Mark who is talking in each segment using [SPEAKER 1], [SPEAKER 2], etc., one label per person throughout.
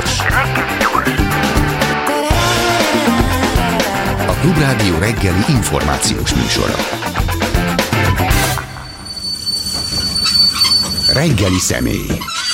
[SPEAKER 1] gyors. A Klubrádió reggeli információs műsora. Reggeli személy.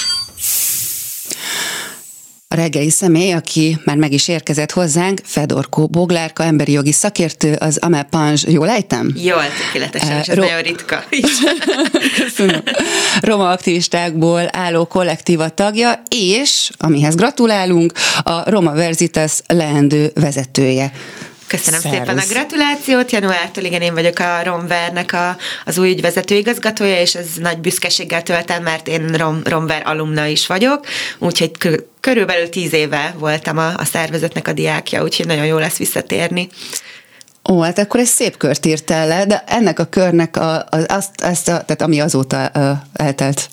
[SPEAKER 2] A reggeli személy, aki már meg is érkezett hozzánk, Fedorkó Boglárka, emberi jogi szakértő, az Amelpange, jól ejtem?
[SPEAKER 3] Jól, tökéletesen, és ez nagyon ritka is.
[SPEAKER 2] Köszönöm. Roma aktivistákból álló kollektíva tagja, és, amihez gratulálunk, a Roma Verzitas leendő vezetője.
[SPEAKER 3] Köszönöm szépen a gratulációt. Januártól igen, én vagyok a Romvernek az új ügyvezető igazgatója, és ez nagy büszkeséggel töltem, mert én Romver alumna is vagyok, úgyhogy körülbelül 10 éve voltam a szervezetnek a diákja, úgyhogy nagyon jó lesz visszatérni.
[SPEAKER 2] Ó, hát akkor egy szép kört írtál le, de ennek a körnek tehát ami azóta eltelt.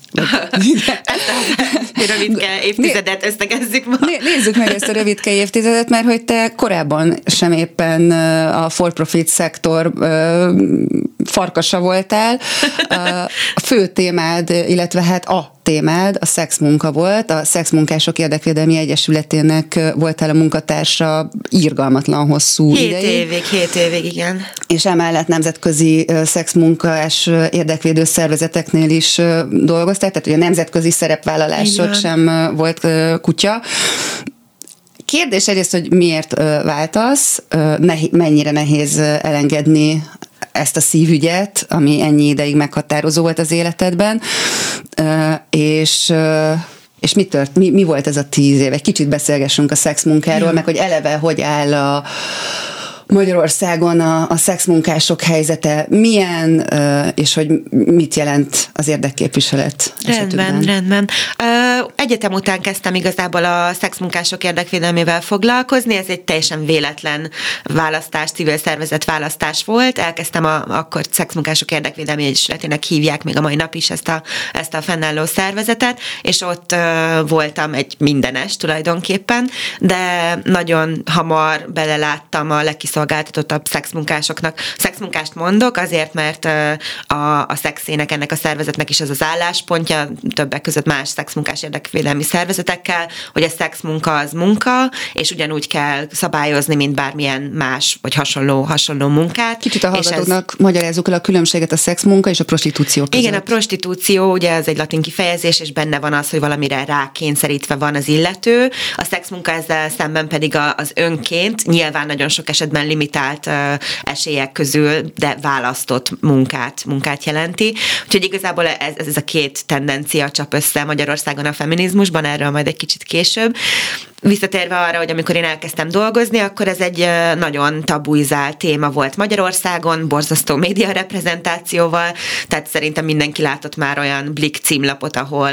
[SPEAKER 3] Rövidke évtizedet összegezzük ma.
[SPEAKER 2] Nézzük meg ezt a rövidke évtizedet, mert hogy te korábban sem éppen a for-profit szektor farkasa voltál. A fő témád, illetve hát a témád a szexmunka volt, a Szexmunkások Érdekvédelmi Egyesületének voltál a munkatársa irgalmatlan hosszú ideig.
[SPEAKER 3] 7 évig, igen.
[SPEAKER 2] És emellett nemzetközi szexmunkás érdekvédő szervezeteknél is dolgoztál, tehát ugye a nemzetközi szerepvállalásod sem volt kutya. Kérdés egyrészt, hogy miért váltasz, mennyire nehéz elengedni ezt a szívügyet, ami ennyi ideig meghatározó volt az életedben, és mi volt ez a 10 év? Egy kicsit beszélgessünk a szexmunkáról, meg hogy eleve hogy áll Magyarországon a szexmunkások helyzete milyen, és hogy mit jelent az érdekképviselet esetükben?
[SPEAKER 3] Rendben. Egyetem után kezdtem igazából a szexmunkások érdekvédelmével foglalkozni, ez egy teljesen véletlen választás, civil szervezet választás volt. Elkezdtem akkor Szexmunkások Érdekvédelmi Egyesületének hívják még a mai nap is ezt a fennálló szervezetet, és ott voltam egy mindenes tulajdonképpen, de nagyon hamar beleláttam a legkiszolgáltatottabb szexmunkásoknak. Szexmunkást mondok azért, mert a szexének, ennek a szervezetnek is az az álláspontja, többek között más szexmunkás érdekvédelmi szervezetekkel, hogy a szexmunka az munka, és ugyanúgy kell szabályozni, mint bármilyen más, vagy hasonló munkát.
[SPEAKER 2] Kicsit a hallgatóknak magyarázzuk el a különbséget a szexmunka és a prostitúció között.
[SPEAKER 3] Igen, a prostitúció, ugye ez egy latin kifejezés, és benne van az, hogy valamire rákényszerítve van az illető. A szexmunka ezzel szemben pedig az önként, nyilván nagyon sok esetben limitált esélyek közül, de választott munkát jelenti. Úgyhogy igazából ez a két tendencia csap össze Magyarországon a feminizmusban, erről majd egy kicsit később. Visszatérve arra, hogy amikor én elkezdtem dolgozni, akkor ez egy nagyon tabuizált téma volt Magyarországon, borzasztó média reprezentációval, tehát szerintem mindenki látott már olyan Blick címlapot, ahol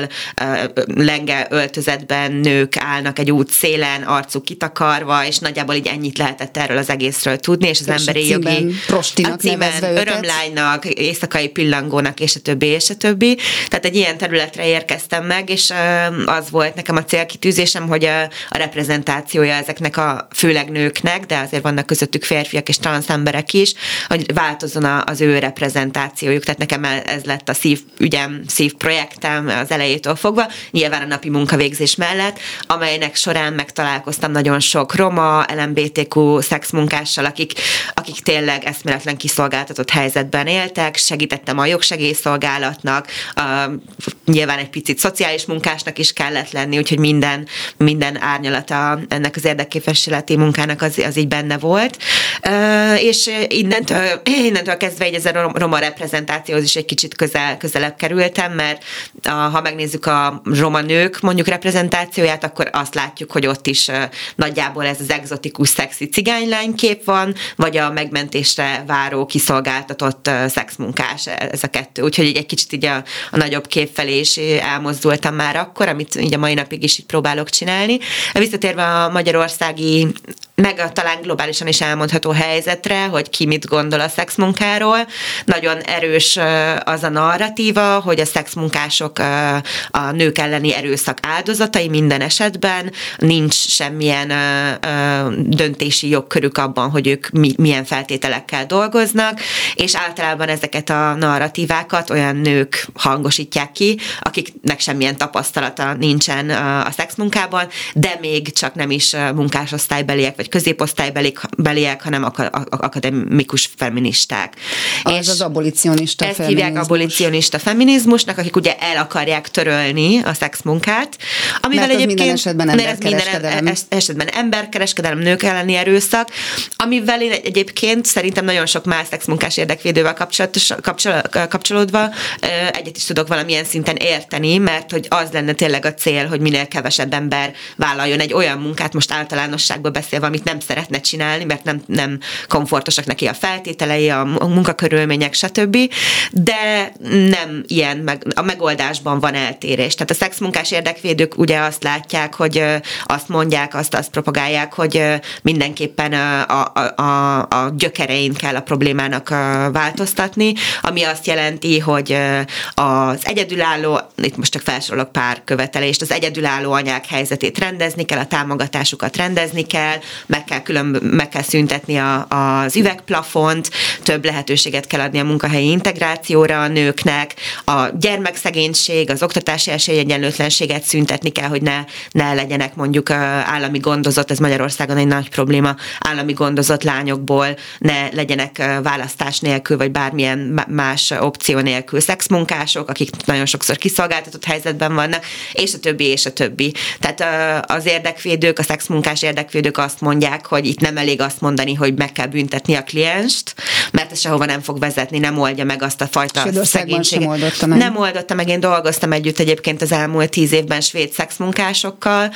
[SPEAKER 3] lenge öltözetben nők állnak egy út szélen, arcuk kitakarva, és nagyjából így ennyit lehetett erről az egészről tudni, és az emberi jogi
[SPEAKER 2] prostinak nevezve őket.
[SPEAKER 3] Örömlánynak, éjszakai pillangónak, és a többi. Tehát egy ilyen területre érkeztem meg, és az volt nekem a célkitűzésem, hogy a reprezentációja ezeknek a főleg nőknek, de azért vannak közöttük férfiak és transz emberek is, hogy változzon az ő reprezentációjuk. Tehát nekem ez lett a szívprojektem az elejétől fogva, nyilván a napi munkavégzés mellett, amelynek során megtalálkoztam nagyon sok roma, LMBTQ szexmunkással, akik tényleg eszméletlen kiszolgáltatott helyzetben éltek, segítettem a jogsegélyszolgálatnak, nyilván egy picit szociális munkásnak is kellett lenni, úgyhogy minden árnyalata ennek az érdekképviseleti munkának az így benne volt. És innentől kezdve ez a roma reprezentációhoz is egy kicsit közelebb kerültem, mert ha megnézzük a roma nők mondjuk reprezentációját, akkor azt látjuk, hogy ott is nagyjából ez az egzotikus, szexi cigánylánykép van, vagy a megmentésre váró, kiszolgáltatott szexmunkás, ez a kettő. Úgyhogy egy kicsit így a nagyobb kép felé is elmozdultam már akkor, amit így a mai napig is így próbálok csinálni. Visszatérve a magyarországi meg talán globálisan is elmondható helyzetre, hogy ki mit gondol a szexmunkáról. Nagyon erős az a narratíva, hogy a szexmunkások a nők elleni erőszak áldozatai minden esetben, nincs semmilyen döntési jogkörük abban, hogy ők milyen feltételekkel dolgoznak, és általában ezeket a narratívákat olyan nők hangosítják ki, akiknek semmilyen tapasztalata nincsen a szexmunkában, de még csak nem is munkásosztálybeliek, vagy középosztálybeliek, hanem akademikus feministák.
[SPEAKER 2] És az abolicionista
[SPEAKER 3] feminizmus. Ezt hívják abolicionista feminizmusnak, akik ugye el akarják törölni a szexmunkát, amivel
[SPEAKER 2] mert minden esetben emberkereskedelem.
[SPEAKER 3] Minden esetben emberkereskedelem, nők elleni erőszak, amivel én egyébként szerintem nagyon sok más szexmunkás érdekvédővel kapcsolódva egyet is tudok valamilyen szinten érteni, mert hogy az lenne tényleg a cél, hogy minél kevesebb ember vállaljon egy olyan munkát, most általánosságban beszélve, amit nem szeretne csinálni, mert nem komfortosak neki a feltételei, a munkakörülmények, stb. De nem ilyen, a megoldásban van eltérés. Tehát a szexmunkás érdekvédők ugye azt látják, hogy azt mondják, azt propagálják, hogy mindenképpen a gyökerein kell a problémának változtatni, ami azt jelenti, hogy az egyedülálló, itt most csak felsorolok pár követelést, az egyedülálló anyák helyzetét rendezni kell, a támogatásukat rendezni kell, meg kell szüntetni az üvegplafont, több lehetőséget kell adni a munkahelyi integrációra a nőknek, a gyermekszegénység, az oktatási esélyegyenlőtlenséget szüntetni kell, hogy ne legyenek mondjuk állami gondozott, ez Magyarországon egy nagy probléma, állami gondozott lányokból ne legyenek választás nélkül, vagy bármilyen más opció nélkül szexmunkások, akik nagyon sokszor kiszolgáltatott helyzetben vannak, és a többi, és a többi. Tehát az érdekvédők, a szexmunkás érdekvédők azt mondják, hogy itt nem elég azt mondani, hogy meg kell büntetni a klienst, mert ez sehova nem fog vezetni, nem oldja meg azt a fajta szegénységet. Nem oldotta meg, én dolgoztam együtt egyébként az elmúlt 10 évben svéd szexmunkásokkal.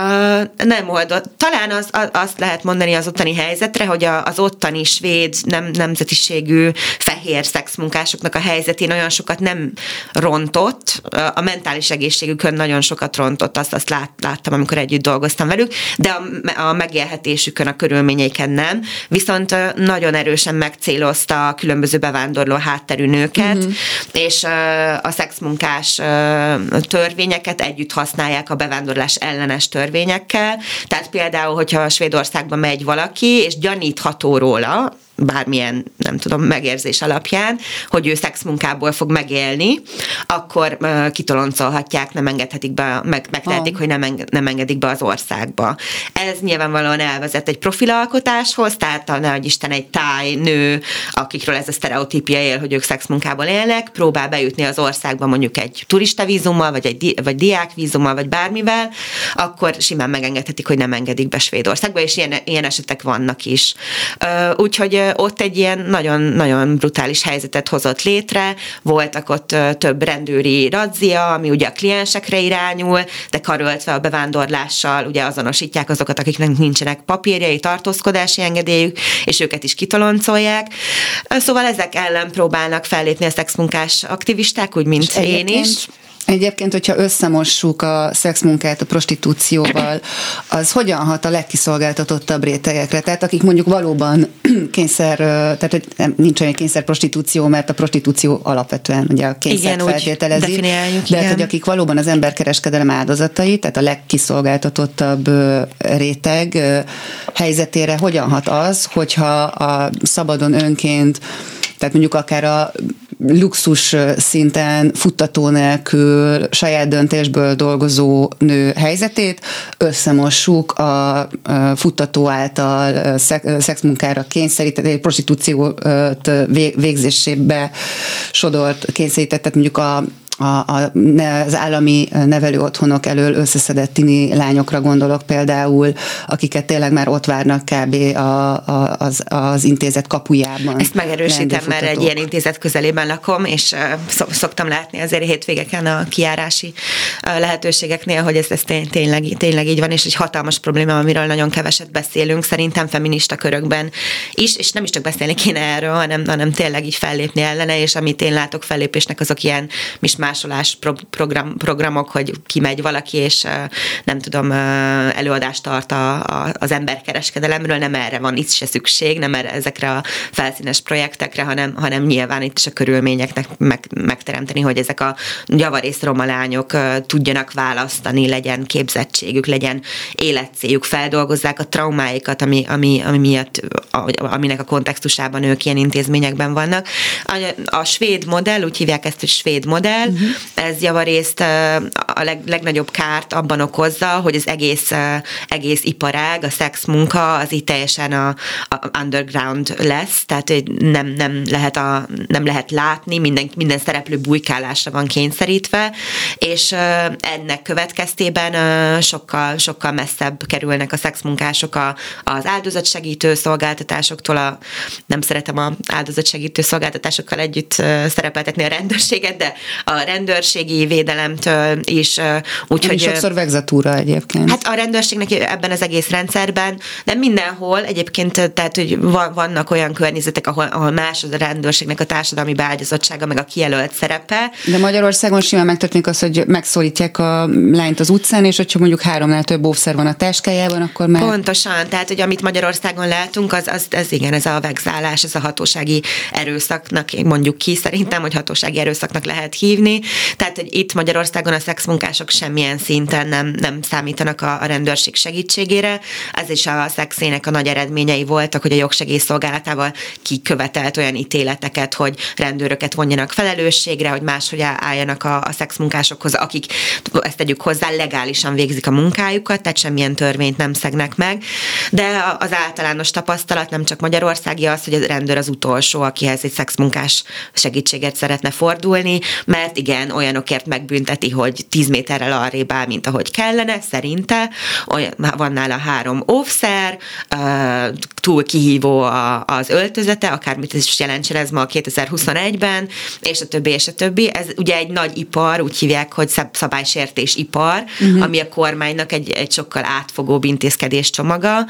[SPEAKER 3] Nem oldott. Talán azt lehet mondani az ottani helyzetre, hogy az ottani svéd nemzetiségű fehér szexmunkásoknak a helyzetén olyan sokat nem rontott, a mentális egészségükön nagyon sokat rontott, azt láttam, amikor együtt dolgoztam velük, de a megélhetésükön, a körülményeiken nem. Viszont nagyon erősen megcélozta a különböző bevándorló hátterű nőket, és a szexmunkás törvényeket együtt használják a bevándorlás ellenes törvényekkel. Tehát például, hogyha Svédországba megy valaki, és gyanítható róla, bármilyen, nem tudom, megérzés alapján, hogy ő szexmunkából fog megélni, akkor kitoloncolhatják, nem engedhetik be, megtehetik, hogy nem engedik be az országba. Ez nyilvánvalóan elvezet egy profilalkotáshoz, tehát nehogy Isten egy táj nő, akikről ez a sztereotípia él, hogy ők szexmunkából élnek, próbál bejutni az országba mondjuk egy turistavízummal, vagy diákvízummal, vagy bármivel, akkor simán megengedhetik, hogy nem engedik be Svédországba, és ilyen esetek vannak is. Úgyhogy ott egy ilyen nagyon brutális helyzetet hozott létre, voltak ott több rendőri razzia, ami ugye a kliensekre irányul, de karöltve a bevándorlással ugye azonosítják azokat, akiknek nincsenek papírjai, tartózkodási engedélyük, és őket is kitoloncolják. Szóval ezek ellen próbálnak fellépni a szexmunkás aktivisták, úgy, mint én is.
[SPEAKER 2] Egyébként, hogyha összemossuk a szexmunkát a prostitúcióval, az hogyan hat a legkiszolgáltatottabb rétegekre? Tehát akik mondjuk valóban tehát hogy nincs olyan kényszer prostitúció, mert a prostitúció alapvetően ugye a kényszert feltételezi. De hogy akik valóban az emberkereskedelem áldozatai, tehát a legkiszolgáltatottabb réteg helyzetére hogyan hat az, hogyha a szabadon önként, tehát mondjuk akár a luxus szinten futtató nélkül saját döntésből dolgozó nő helyzetét összemossuk a futtató által szexmunkára kényszerített, prostitúciót végzésébe sodort kényszerített, tehát mondjuk az állami nevelő otthonok elől összeszedett tini lányokra gondolok például, akiket tényleg már ott várnak kb. Az intézet kapujában.
[SPEAKER 3] Ezt megerősítem, mert egy ilyen intézet közelében lakom, és szoktam látni azért hétvégeken a kijárási lehetőségeknél, hogy ez tényleg így van, és egy hatalmas probléma, amiről nagyon keveset beszélünk, szerintem feminista körökben is, és nem is csak beszélni kéne erről, hanem tényleg így fellépni ellene, és amit én látok fellépésnek, azok ilyen mismás tolmásolás programok, hogy kimegy valaki, és nem tudom, előadást tart az emberkereskedelemről, nem erre van itt se szükség, nem ezekre a felszínes projektekre, hanem nyilván itt is a körülményeknek megteremteni, hogy ezek a javarész roma lányok tudjanak választani, legyen képzettségük, legyen életcéljuk, feldolgozzák a traumáikat, ami miatt, aminek a kontextusában ők ilyen intézményekben vannak. A svéd modell, úgy hívják ezt, hogy svéd modell, ez javarészt a legnagyobb kárt abban okozza, hogy az egész iparág, a szexmunka, az itt teljesen a underground lesz, tehát nem lehet látni, minden szereplő bujkálásra van kényszerítve, és ennek következtében sokkal messzebb kerülnek a szexmunkások az áldozatsegítő szolgáltatásoktól, nem szeretem az áldozatsegítő szolgáltatásokkal együtt szerepeltetni a rendőrséget, de a rendőrségi védelemtől is.
[SPEAKER 2] Úgyhogy sokszor vegzatúra egyébként.
[SPEAKER 3] Hát a rendőrségnek ebben az egész rendszerben, de mindenhol egyébként, tehát hogy vannak olyan környezetek, ahol más a rendőrségnek a társadalmi beágyazottsága, meg a kijelölt szerepe.
[SPEAKER 2] De Magyarországon simán megtörténik az, hogy megszólítják a lányt az utcán, és hogyha mondjuk 3-nál több óvszer van a táskájában, akkor meg...
[SPEAKER 3] Pontosan, tehát hogy amit Magyarországon látunk, ez a vegzálás, ez a hatósági erőszaknak, mondjuk ki szerintem, hogy hatósági erőszaknak lehet hívni. Tehát, hogy itt Magyarországon a szexmunkások semmilyen szinten nem számítanak a rendőrség segítségére. Ez is a szexének a nagy eredményei voltak, hogy a jogsegélyszolgálatával kikövetelt olyan ítéleteket, hogy rendőröket vonjanak felelősségre, hogy máshogy álljanak a szexmunkásokhoz, akik, ezt tegyük hozzá, legálisan végzik a munkájukat, tehát semmilyen törvényt nem szegnek meg. De az általános tapasztalat nem csak magyarországi az, hogy a rendőr az utolsó, akihez egy szexmunkás segítséget szeretne fordulni, mert igen, olyanokért megbünteti, hogy 10 méterrel arrébb áll, mint ahogy kellene, szerinte. Van nála 3 óvszer, túl kihívó az öltözete, akármit is jelentsen ez ma 2021-ben, és a többi, és a többi. Ez ugye egy nagy ipar, úgy hívják, hogy szabálysértés ipar, ami a kormánynak egy sokkal átfogóbb intézkedés csomaga,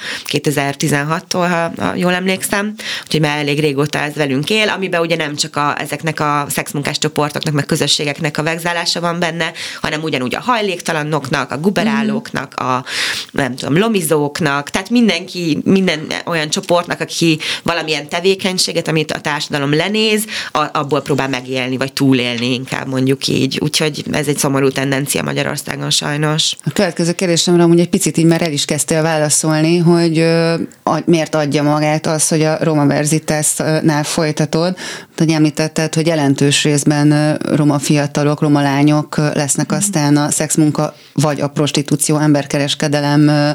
[SPEAKER 3] 2016-tól, ha jól emlékszem, úgyhogy már elég régóta ez velünk él, amiben ugye nem csak ezeknek a szexmunkás csoportoknak, meg közösségeknek a vegzálása van benne, hanem ugyanúgy a hajléktalanoknak, a guberálóknak, a nem tudom, lomizóknak, tehát minden olyan csoportnak, aki valamilyen tevékenységet, amit a társadalom lenéz, abból próbál megélni, vagy túlélni inkább, mondjuk így. Úgyhogy ez egy szomorú tendencia Magyarországon sajnos.
[SPEAKER 2] A következő kérdésemre amúgy egy picit így már el is kezdtél válaszolni, hogy miért adja magát az, hogy a Roma Verzitasnál folytatod, hogy említetted, hogy jelentős részben roma fiatalok, roma lányok lesznek aztán a szexmunka vagy a prostitúció, emberkereskedelem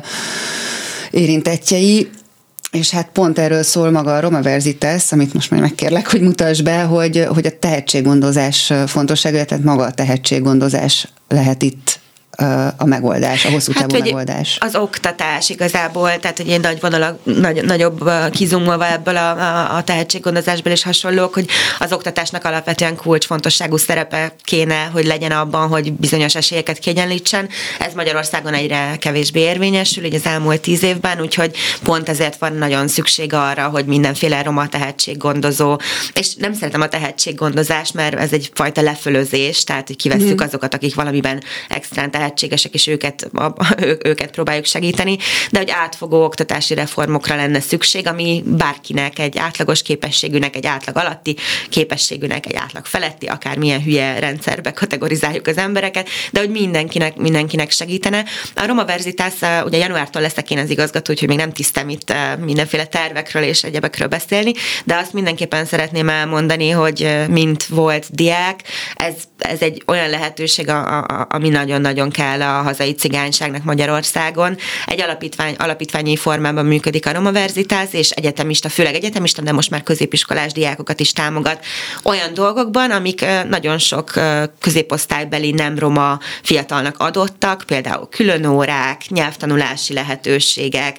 [SPEAKER 2] érintettjei, és hát pont erről szól maga a Roma Verzitas, amit most majd megkérlek, hogy mutasd be, hogy a tehetséggondozás fontossága, tehát maga a tehetséggondozás lehet itt a megoldás, a hosszú távú megoldás.
[SPEAKER 3] Az oktatás igazából, tehát hogy egy nagyobb kizumolva ebből a tehetséggondozásból is hasonlók, hogy az oktatásnak alapvetően kulcsfontosságú szerepe kéne, hogy legyen abban, hogy bizonyos esélyeket kiegyenlítsen. Ez Magyarországon egyre kevésbé érvényesül, így az elmúlt 10 évben, úgyhogy pont ezért van nagyon szükség arra, hogy mindenféle roma tehetséggondozó, és nem szeretem a tehetséggondozást, mert ez egyfajta lefölözés, tehát hogy kivesszük azokat, akik valamiben extrán tehetségesek, és őket próbáljuk segíteni, de hogy átfogó oktatási reformokra lenne szükség, ami bárkinek, egy átlagos képességűnek, egy átlag alatti képességűnek, egy átlag feletti, akármilyen hülye rendszerbe kategorizáljuk az embereket, de hogy mindenkinek segítene. A Roma Verzitas, ugye januártól leszek én az igazgató, úgyhogy még nem tisztem itt mindenféle tervekről és egyebekről beszélni, de azt mindenképpen szeretném elmondani, hogy mint volt diák, ez egy olyan lehetőség, ami nagyon-nagyon kell a hazai cigányságnak Magyarországon. Egy alapítványi formában működik a Roma Verzitas, és főleg egyetemista, de most már középiskolás diákokat is támogat olyan dolgokban, amik nagyon sok középosztálybeli nem roma fiatalnak adottak, például különórák, nyelvtanulási lehetőségek,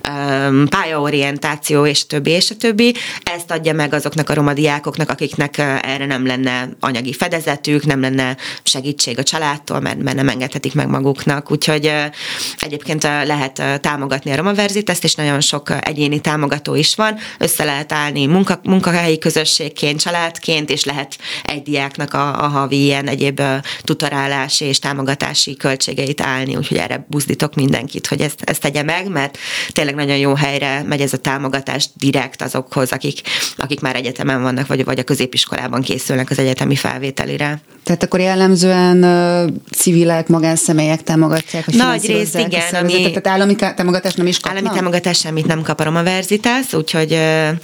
[SPEAKER 3] pályaorientáció, és a többi. Ezt adja meg azoknak a roma diákoknak, akiknek erre nem lenne anyagi fedezetük, nem lenne segítség a családtól, mert nem engedhetik engedik meg maguknak. Úgyhogy egyébként lehet támogatni a Romaverzitást, és nagyon sok egyéni támogató is van. Össze lehet állni munkahelyi közösségként, családként, és lehet egy diáknak a havi ilyen egyéb tutorálás és támogatási költségeit állni, úgyhogy erre buzdítok mindenkit, hogy ezt tegye meg, mert tényleg nagyon jó helyre megy ez a támogatás direkt azokhoz, akik már egyetemen vannak, vagy a középiskolában készülnek az egyetemi felvételire.
[SPEAKER 2] Tehát akkor jellemzően civilek, magánszemélyek támogatják, hogy
[SPEAKER 3] nagy rész, igen.
[SPEAKER 2] Tehát állami támogatást nem is kapnak?
[SPEAKER 3] Állami támogatást semmit nem kap a Romaverzitas, úgyhogy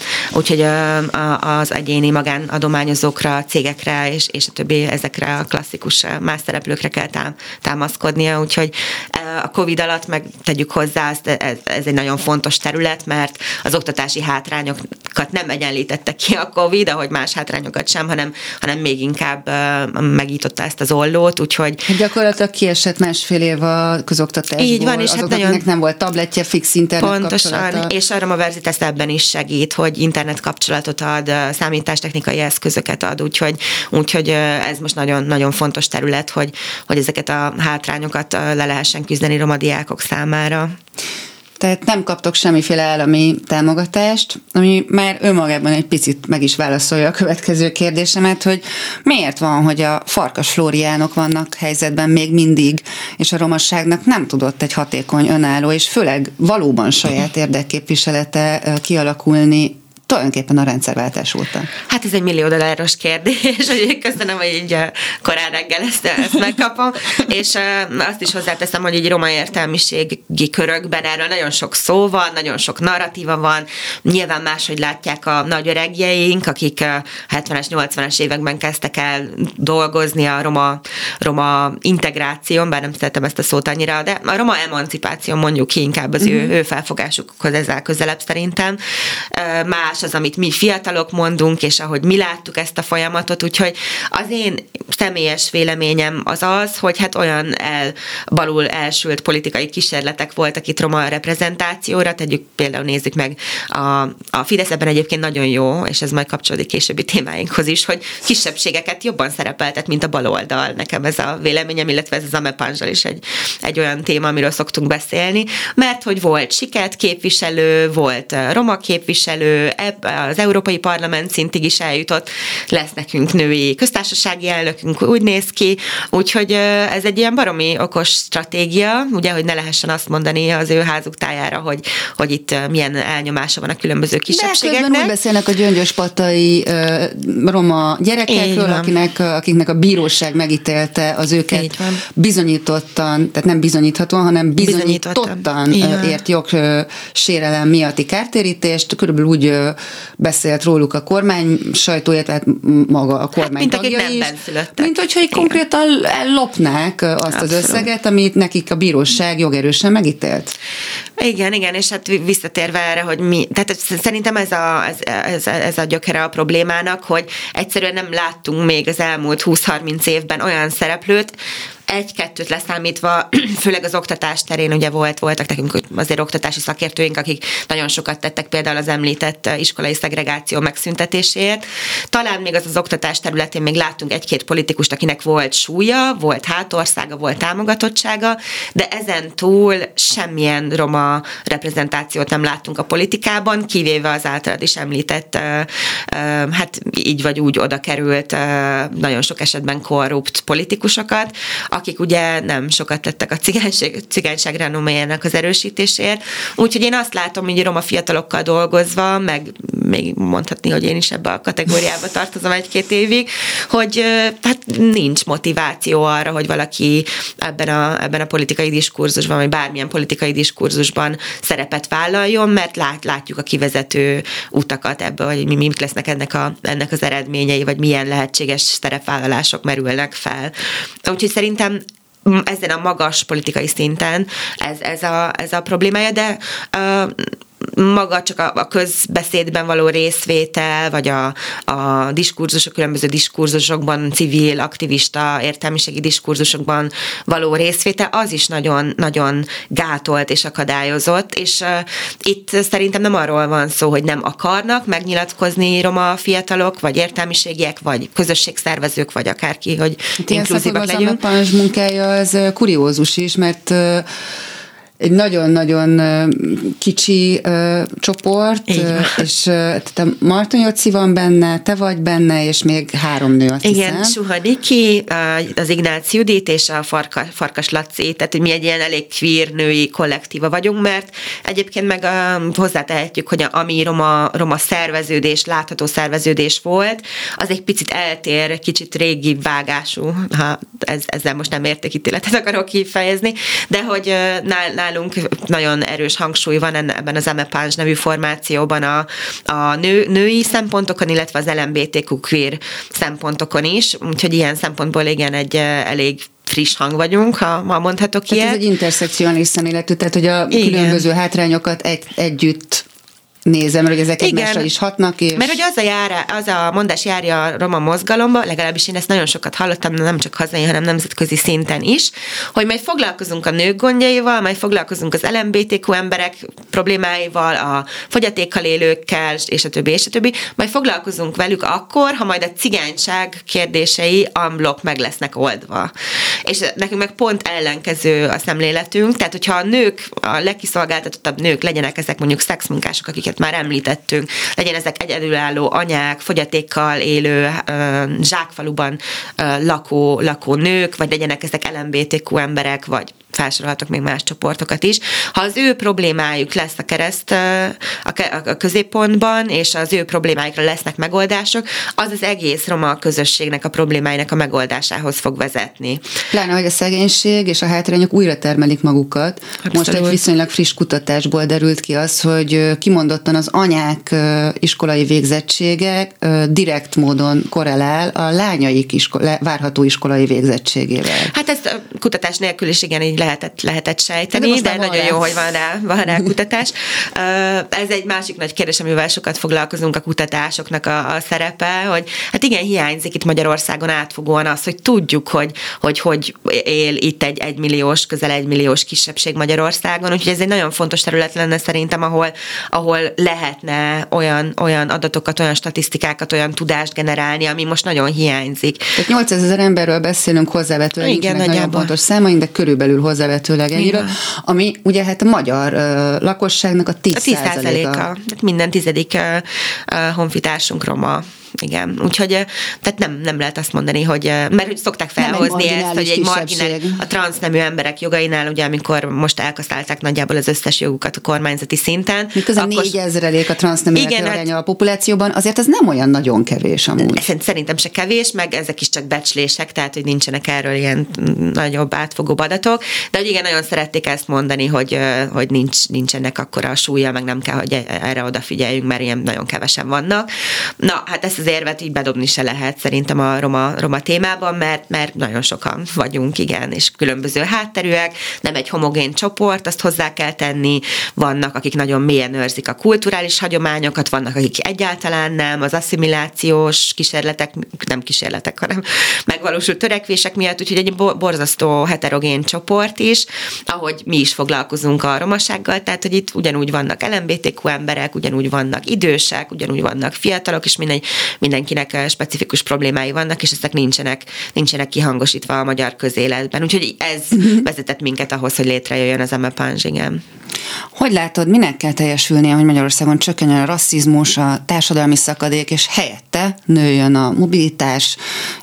[SPEAKER 3] az egyéni magánadományozókra, cégekre és a többi ezekre a klasszikus más szereplőkre kell támaszkodnia, úgyhogy a Covid alatt meg tegyük hozzá, ez egy nagyon fontos terület, mert az oktatási hátrányokat nem egyenlítette ki a Covid, ahogy más hátrányokat sem, hanem még inkább megnyitotta ezt az ollót, úgyhogy...
[SPEAKER 2] Gyakorlatilag kiesett másfél év a közoktatásból.
[SPEAKER 3] Így van, és
[SPEAKER 2] azok, akiknek nem volt tabletje, fix internet kapcsolata.
[SPEAKER 3] Pontosan, és a Romaverzitas ebben is segít, hogy internet kapcsolatot ad, számítástechnikai eszközöket ad, úgyhogy ez most nagyon, nagyon fontos terület, hogy ezeket a hátrányokat le lehessen küzdeni roma diákok számára.
[SPEAKER 2] Tehát nem kaptok semmiféle állami támogatást, ami már önmagában egy picit meg is válaszolja a következő kérdésemet, hogy miért van, hogy a Farkas Flóriánok vannak helyzetben még mindig, és a romasságnak nem tudott egy hatékony, önálló, és főleg valóban saját érdekképviselete kialakulni tulajdonképpen a rendszerváltás óta?
[SPEAKER 3] Hát ez egy $1 millió kérdés, hogy köszönöm, hogy így korán reggel ezt megkapom, és azt is hozzáteszem, hogy így roma értelmiségi körökben erről nagyon sok szó van, nagyon sok narratíva van, nyilván máshogy látják a nagyöregjeink, akik 70-es, 80-es években kezdtek el dolgozni a roma integráción, bár nem szeretem ezt a szót annyira, de a roma emancipáció mondjuk ki inkább az ő felfogásukhoz ezzel közelebb szerintem. Más az, amit mi fiatalok mondunk, és ahogy mi láttuk ezt a folyamatot, úgyhogy az én személyes véleményem az, hogy hát olyan balul elsült politikai kísérletek voltak itt roma reprezentációra, például nézzük meg a Fidesz ebben egyébként nagyon jó, és ez majd kapcsolódik későbbi témáinkhoz is, hogy kisebbségeket jobban szerepeltet, mint a baloldal. Nekem ez a véleményem, illetve ez az Amepanzsal is egy olyan téma, amiről szoktunk beszélni, mert hogy volt Siket képviselő, volt roma képviselő, az Európai Parlament szintig is eljutott, lesz nekünk női köztársasági elnökünk, úgy néz ki, úgyhogy ez egy ilyen baromi okos stratégia, ugye, hogy ne lehessen azt mondani az ő házuk tájára, hogy itt milyen elnyomása van a különböző kisebbségeknek.
[SPEAKER 2] De közben úgy beszélnek a gyöngyöspatai roma gyerekekről, akiknek a bíróság megítélte az őket bizonyítottan, tehát nem bizonyíthatóan, hanem bizonyítottan ért jogsérelem miatti kártérítést, körülbelül úgy beszélt róluk a kormány sajtója, tehát maga a kormány tagja is. Mint hogyha konkrétan ellopnák azt az összeget, amit nekik a bíróság jogerősen megítélt.
[SPEAKER 3] Igen, és hát visszatérve erre, hogy tehát szerintem ez a gyökere a problémának, hogy egyszerűen nem láttunk még az elmúlt 20-30 évben olyan szereplőt, egy-kettőt leszámítva, főleg az oktatás terén ugye voltak nekünk azért oktatási szakértőink, akik nagyon sokat tettek például az említett iskolai szegregáció megszüntetéséért. Talán még az oktatás területén még láttunk egy-két politikust, akinek volt súlya, volt hátországa, volt támogatottsága, de ezen túl semmilyen roma reprezentációt nem láttunk a politikában, kivéve az általad is említett, hát így vagy úgy oda került nagyon sok esetben korrupt politikusokat, akik ugye nem sokat tettek a cigányság renoméjának az erősítéséért. Úgyhogy én azt látom, hogy roma fiatalokkal dolgozva, meg még mondhatni, hogy én is ebbe a kategóriába tartozom 1-2 évig, hogy hát nincs motiváció arra, hogy valaki ebben a politikai diskurzusban, vagy bármilyen politikai diskurzusban szerepet vállaljon, mert látjuk a kivezető utakat ebből, hogy mik lesznek ennek az eredményei, vagy milyen lehetséges szerepvállalások merülnek fel. Úgyhogy szerintem ezen a magas politikai szinten ez a problémája, de maga csak a közbeszédben való részvétel, vagy a diskurzusok, különböző diskurzusokban, civil, aktivista, értelmiségi diskurzusokban való részvétel, az is nagyon, nagyon gátolt és akadályozott, és itt szerintem nem arról van szó, hogy nem akarnak megnyilatkozni roma fiatalok, vagy értelmiségiek, vagy közösségszervezők, vagy akárki, hogy inkluzívak legyünk.
[SPEAKER 2] Az AMEPANS munkája az kuriózus is, mert egy nagyon-nagyon kicsi csoport, és tehát Marton Jóci van benne, te vagy benne, és még 3 nő, azt
[SPEAKER 3] igen,
[SPEAKER 2] hiszem.
[SPEAKER 3] Suha Niki, az Ignác Judit és a Farkas Laci, tehát mi egy ilyen elég queer női kollektíva vagyunk, mert egyébként meg hozzátehetjük, hogy ami roma szerveződés, látható szerveződés volt, az egy picit eltér, kicsit régi vágású, ha ezzel most nem értékítéletet akarok kifejezni, de hogy nálunk nagyon erős hangsúly van ebben az AMEPANS nevű formációban a női szempontokon, illetve az LMBTQ queer szempontokon is, úgyhogy ilyen szempontból igen, egy elég friss hang vagyunk, ha mondhatok ilyet.
[SPEAKER 2] Ez egy interszekcionális szemléletű, tehát hogy a különböző hátrányokat együtt nézem, hogy ezek egymásra is hatnak. És...
[SPEAKER 3] Mert hogy az a mondás járja a roma mozgalomba, legalábbis én ezt nagyon sokat hallottam, nem csak hazai, hanem nemzetközi szinten is, hogy majd foglalkozunk a nők gondjaival, majd foglalkozunk az LMBTQ emberek problémáival, a fogyatékkal élőkkel, és a többi, majd foglalkozunk velük akkor, ha majd a cigányság kérdései unblock meg lesznek oldva. És nekünk meg pont ellenkező a szemléletünk, tehát hogyha a nők, a legkiszolgáltatottabb nők legyenek ezek mondjuk szexmunkások, akiket már említettünk, legyen ezek egyedülálló anyák, fogyatékkal élő, zsákfaluban lakó nők, vagy legyenek ezek LMBTQ emberek, vagy felsorolhatok még más csoportokat is. Ha az ő problémájuk lesz a kereszt a középpontban, és az ő problémáikra lesznek megoldások, az egész roma közösségnek a problémáinak a megoldásához fog vezetni.
[SPEAKER 2] Pláne, hogy a szegénység és a hátrányok újra termelik magukat. Abszolút. Most egy viszonylag friss kutatásból derült ki az, hogy kimondottan az anyák iskolai végzettsége direkt módon korrelál a lányaik várható iskolai végzettségével.
[SPEAKER 3] Hát ezt kutatás nélkül is igen, így lehetett sejteni, de nagyon jó, hogy van rá kutatás. Ez egy másik nagy kérdés, amivel sokat foglalkozunk, a kutatásoknak a szerepe, hogy hát igen, hiányzik itt Magyarországon átfogóan az, hogy tudjuk, hogy él itt egy közel 1 milliós kisebbség Magyarországon, úgyhogy ez egy nagyon fontos terület lenne szerintem, ahol lehetne olyan adatokat, olyan statisztikákat, olyan tudást generálni, ami most nagyon hiányzik.
[SPEAKER 2] Tehát 800 000 emberről beszélünk hozzávetőleg, igen, nagyon pontos számaink, de körülbelül hozzávetőleg ennyiről, ami ugye hát a magyar lakosságnak a 10%-a.
[SPEAKER 3] Tehát minden 10. honfitársunk roma. Igen, úgyhogy tehát nem lehet azt mondani, hogy, mert hogy szokták felhozni ezt, hogy egy a transznemű emberek jogainál, ugye amikor most elkaszálták nagyjából az összes jogukat a kormányzati szinten.
[SPEAKER 2] Miközben 4000% a transzneműek aránya a populációban, azért ez nem olyan nagyon kevés amúgy.
[SPEAKER 3] Szerintem se kevés, meg ezek is csak becslések, tehát hogy nincsenek erről ilyen nagyobb átfogó adatok, de hogy igen, nagyon szerették ezt mondani, hogy nincsenek akkora a súlya, meg nem kell, hogy erre odafigyeljünk, mert ilyen nagyon kevesen vannak. Na, hát ezt az érvet így bedobni se lehet szerintem a roma témában, mert nagyon sokan vagyunk, igen, és különböző hátterűek, nem egy homogén csoport, azt hozzá kell tenni, vannak, akik nagyon mélyen őrzik a kulturális hagyományokat, vannak, akik egyáltalán nem, az asszimilációs kísérletek, hanem megvalósult törekvések miatt, úgyhogy egy borzasztó heterogén csoport is, ahogy mi is foglalkozunk a romasággal, tehát, hogy itt ugyanúgy vannak LMBTQ emberek, ugyanúgy vannak idősek, ugyanúgy vannak fiatalok, és mindenkinek specifikus problémái vannak, és ezek nincsenek kihangosítva a magyar közéletben. Úgyhogy ez vezetett minket ahhoz, hogy létrejöjjön az AMEPANS, igen.
[SPEAKER 2] Hogy látod, minek kell teljesülnie, hogy Magyarországon csökkenjen a rasszizmus, a társadalmi szakadék, és helyette nőjön a mobilitás,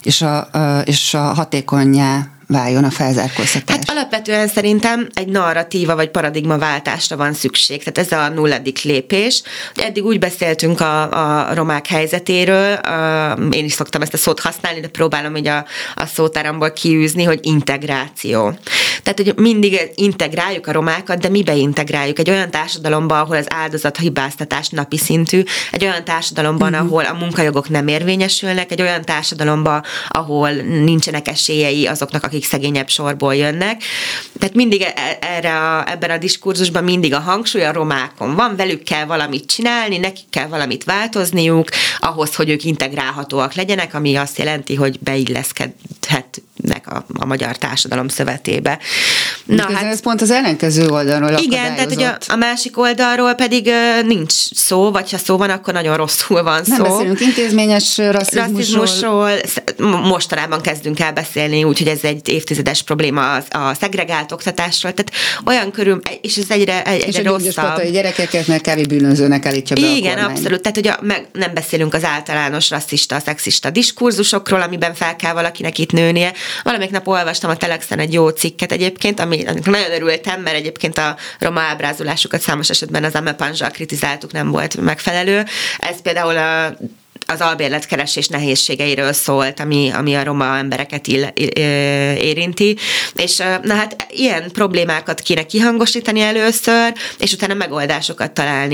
[SPEAKER 2] és a hatékonnyá váljon a felzárkóztatás? Hát
[SPEAKER 3] alapvetően szerintem egy narratíva vagy paradigmaváltásra van szükség. Tehát ez a 0. lépés. Eddig úgy beszéltünk a romák helyzetéről, én is szoktam ezt a szót használni, de próbálom így a szótáramból kiűzni, hogy integráció. Tehát, hogy mindig integráljuk a romákat, de mibe integráljuk? Egy olyan társadalomba, ahol az áldozathibáztatás napi szintű, egy olyan társadalomban, ahol a munkajogok nem érvényesülnek, egy olyan társadalomba, ahol nincsenek esélyei azoknak, akik akik szegényebb sorból jönnek. Tehát mindig ebben a diskurzusban mindig a hangsúly a romákon van, velük kell valamit csinálni, nekik kell valamit változniuk, ahhoz, hogy ők integrálhatóak legyenek, ami azt jelenti, hogy beilleszkedhetnek a magyar társadalom szövetébe.
[SPEAKER 2] Ez pont az ellenkező oldalról
[SPEAKER 3] igen, tehát ugye a másik oldalról pedig nincs szó, vagy ha szó van, akkor nagyon rosszul van szó.
[SPEAKER 2] Nem beszélünk intézményes rasszizmusról.
[SPEAKER 3] Mostanában kezdünk el beszélni, úgyhogy ez egy évtizedes probléma a szegregált oktatásról, tehát olyan körül, és ez egyre rosszabb. És a
[SPEAKER 2] gyerekeket meg kb. Bűnözőnek állítja be
[SPEAKER 3] igen, a abszolút, tehát ugye nem beszélünk az általános rasszista, szexista diskurzusokról, amiben fel kell valakinek itt nőnie. Valamelyik nap olvastam a Telexen egy jó cikket egyébként, aminek nagyon örültem, mert egyébként a roma ábrázolásukat számos esetben az Amepanzsal kritizáltuk, nem volt megfelelő. Ez például az albérletkeresés nehézségeiről szólt, ami a roma embereket érinti, és na hát ilyen problémákat kéne kihangosítani először, és utána megoldásokat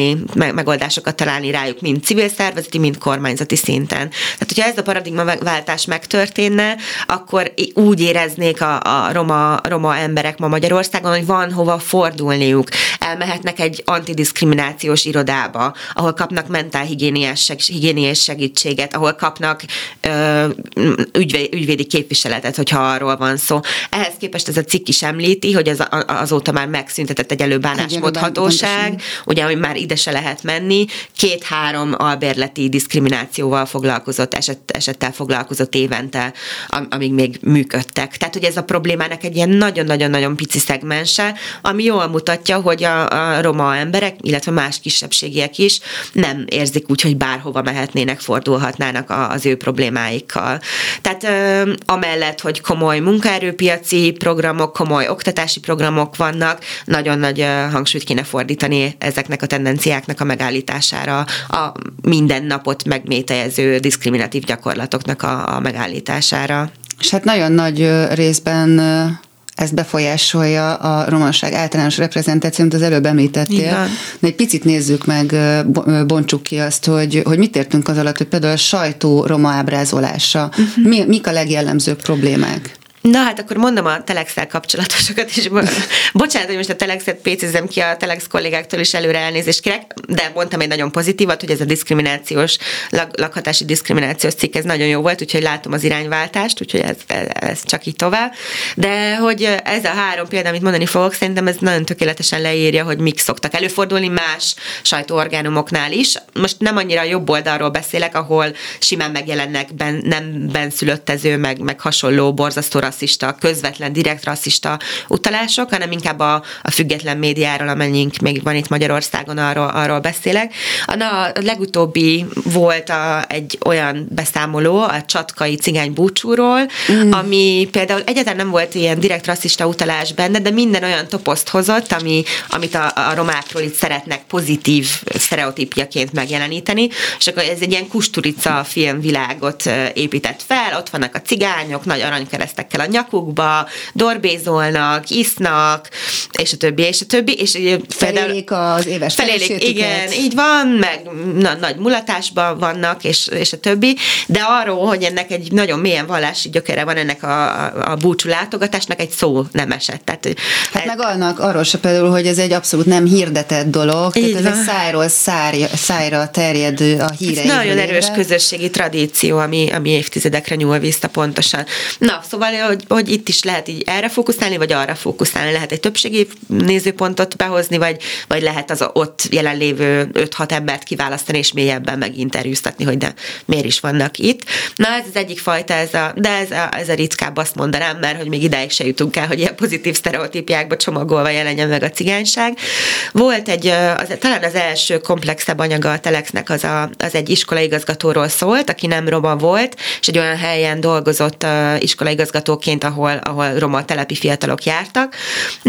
[SPEAKER 3] találni rájuk, mind civil szervezeti, mind kormányzati szinten. Tehát, hogyha ez a paradigmaváltás megtörténne, akkor úgy éreznék a roma emberek ma Magyarországon, hogy van hova fordulniuk. Elmehetnek egy antidiszkriminációs irodába, ahol kapnak mentálhigiéniás segítséget, ahol kapnak ügyvédi képviseletet, hogyha arról van szó. Ehhez képest ez a cikk is említi, hogy azóta már megszüntetett egy előbánásmódhatóság, ugye, hogy már ide se lehet menni, 2-3 albérleti diszkriminációval foglalkozott, esettel foglalkozott évente, amíg még működtek. Tehát, hogy ez a problémának egy ilyen nagyon-nagyon-nagyon pici szegmense, ami jól mutatja, hogy a roma emberek, illetve más kisebbségiek is nem érzik úgy, hogy bárhova mehetnének, fordulhatnának az ő problémáikkal. Tehát amellett, hogy komoly munkaerőpiaci programok, komoly oktatási programok vannak, nagyon nagy hangsúlyt kéne fordítani ezeknek a tendenciáknak a megállítására, a mindennapot megmétejező diszkriminatív gyakorlatoknak a megállítására.
[SPEAKER 2] És hát nagyon nagy részben ezt befolyásolja a romanság általános reprezentáció, amit az előbb említettél. De egy picit nézzük meg, bontsuk ki azt, hogy mit értünk az alatt, hogy például a sajtó roma ábrázolása. Mik a legjellemzőbb problémák?
[SPEAKER 3] Na hát akkor mondom a Telexszel kapcsolatosokat, és bocsánat, hogy most a Telexet pécézem ki, a Telex kollégáktól is előre elnézést kérek, de mondtam egy nagyon pozitívat, hogy ez a diszkriminációs, lakhatási diszkriminációs cikk, ez nagyon jó volt, úgyhogy látom az irányváltást, úgyhogy ez csak így tovább. De hogy ez a 3 példa, amit mondani fogok, szerintem ez nagyon tökéletesen leírja, hogy mik szoktak előfordulni más sajtóorgánumoknál is. Most nem annyira jobb oldalról beszélek, ahol simán megjelennek nem benszülöttező, meg hasonló borzasztó rasszista, közvetlen, direkt rasszista utalások, hanem inkább a független médiáról, amennyink még van itt Magyarországon, arról beszélek. A legutóbbi volt egy olyan beszámoló a csatkai cigány búcsúról, ami például egyáltalán nem volt ilyen direkt rasszista utalás benne, de minden olyan toposzt hozott, amit a romákról itt szeretnek pozitív sztereotípiaként megjeleníteni, és akkor ez egy ilyen Kusturica filmvilágot épített fel, ott vannak a cigányok, nagy aranykeresztekkel a nyakukba, dorbézolnak, isznak, és a többi, és
[SPEAKER 2] felélik az éves
[SPEAKER 3] felségetüket. Igen, így van, meg nagy mulatásban vannak, és a többi, de arról, hogy ennek egy nagyon mélyen vallási gyökere van ennek a búcsú látogatásnak, egy szó nem esett. Tehát,
[SPEAKER 2] meg arról se például, hogy ez egy abszolút nem hirdetett dolog, tehát ez egy szájról szájra terjedő a híre.
[SPEAKER 3] Ez nagyon erős közösségi tradíció, ami évtizedekre nyúl vissza pontosan. Na, szóval, hogy itt is lehet így erre fókuszálni, vagy arra fókuszálni. Lehet egy többségi nézőpontot behozni, vagy lehet az ott jelenlévő 5-6 embert kiválasztani, és mélyebben meginterjúztatni, hogy de miért is vannak itt. Na, ez az egyik fajta, ez a ritkább, azt mondanám, mert hogy még idáig se jutunk el, hogy ilyen pozitív sztereotípiákba csomagolva jelenjen meg a cigányság. Volt talán az első komplexebb anyaga a Telexnek, az egy iskolaigazgatóról szólt, aki nem roma volt, és egy olyan helyen dolgozott iskolaigazgatóként, ahol roma telepi fiatalok jártak. Na, ez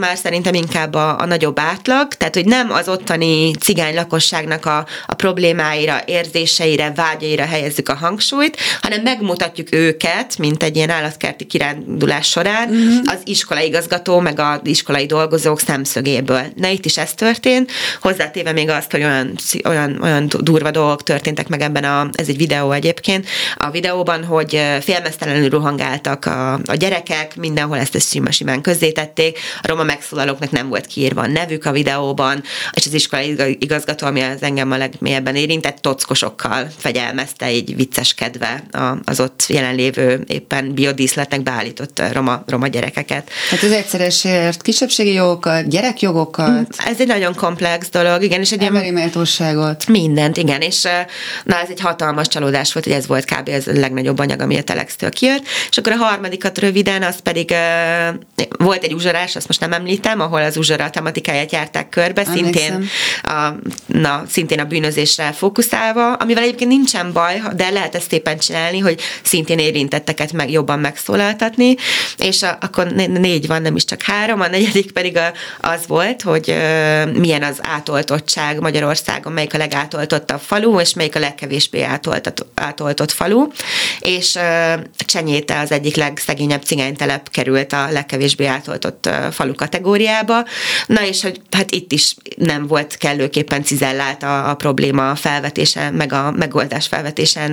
[SPEAKER 3] már szerintem inkább a nagyobb átlag, tehát hogy nem az ottani cigány lakosságnak a problémáira, érzéseire, vágyaira helyezzük a hangsúlyt, hanem megmutatjuk őket, mint egy ilyen állatkerti kirándulás során az iskolai igazgató, meg az iskolai dolgozók szemszögéből. Na itt is ez történt, hozzátéve még azt, hogy olyan durva dolgok történtek meg ebben ez egy videó egyébként, a videóban, hogy félmeztelenül rohangáltak a gyerekek, mindenhol ezt simán közzétették, a roma megszólalóknak nem volt kiírva a nevük a videóban, és az iskolai igazgató, ami az engem a legmélyebben érintett, tockosokkal fegyelmezte, így vicceskedve az ott jelenlévő éppen biodíszletnek beállított roma gyerekeket.
[SPEAKER 2] Hát ez egyszeresért kisebbségi jogokat, gyerekjogokat.
[SPEAKER 3] Ez egy nagyon komplex dolog, igen. És egy
[SPEAKER 2] emberi méltóságot.
[SPEAKER 3] Mindent, igen, és ez egy hatalmas csalódás volt, hogy ez volt kb. Ez a legnagyobb anyag, ami a Telextől kijött, és akkor a harmadikat röviden, az pedig volt egy uzsorás, azt most nem említem, ahol az uzsora tematikáját járták körbe, szintén a bűnözésre fókuszálva, amivel egyébként nincsen baj, de lehet ezt szépen csinálni, hogy szintén érintetteket jobban megszólaltatni, és akkor 4 van, nem is csak 3, a 4. pedig az volt, hogy milyen az átoltottság Magyarországon, melyik a legátoltottabb falu, és melyik a legkevésbé átoltott falu, és Csenyéte az egyik legszegényebb cigánytelep került a legkevésbé átoltott falu kategóriába. Na és hogy hát itt is nem volt kellőképpen cizellált a probléma felvetése, meg a megoldás felvetése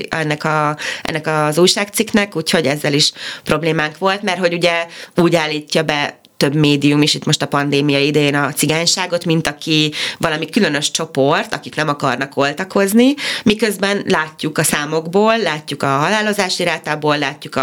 [SPEAKER 3] ennek az újságcikknek, úgyhogy ezzel is problémánk volt, mert hogy ugye úgy állítja be több médium is itt most a pandémia idején a cigányságot, mint aki valami különös csoport, akik nem akarnak oltakozni, miközben látjuk a számokból, látjuk a halálozási rátából, látjuk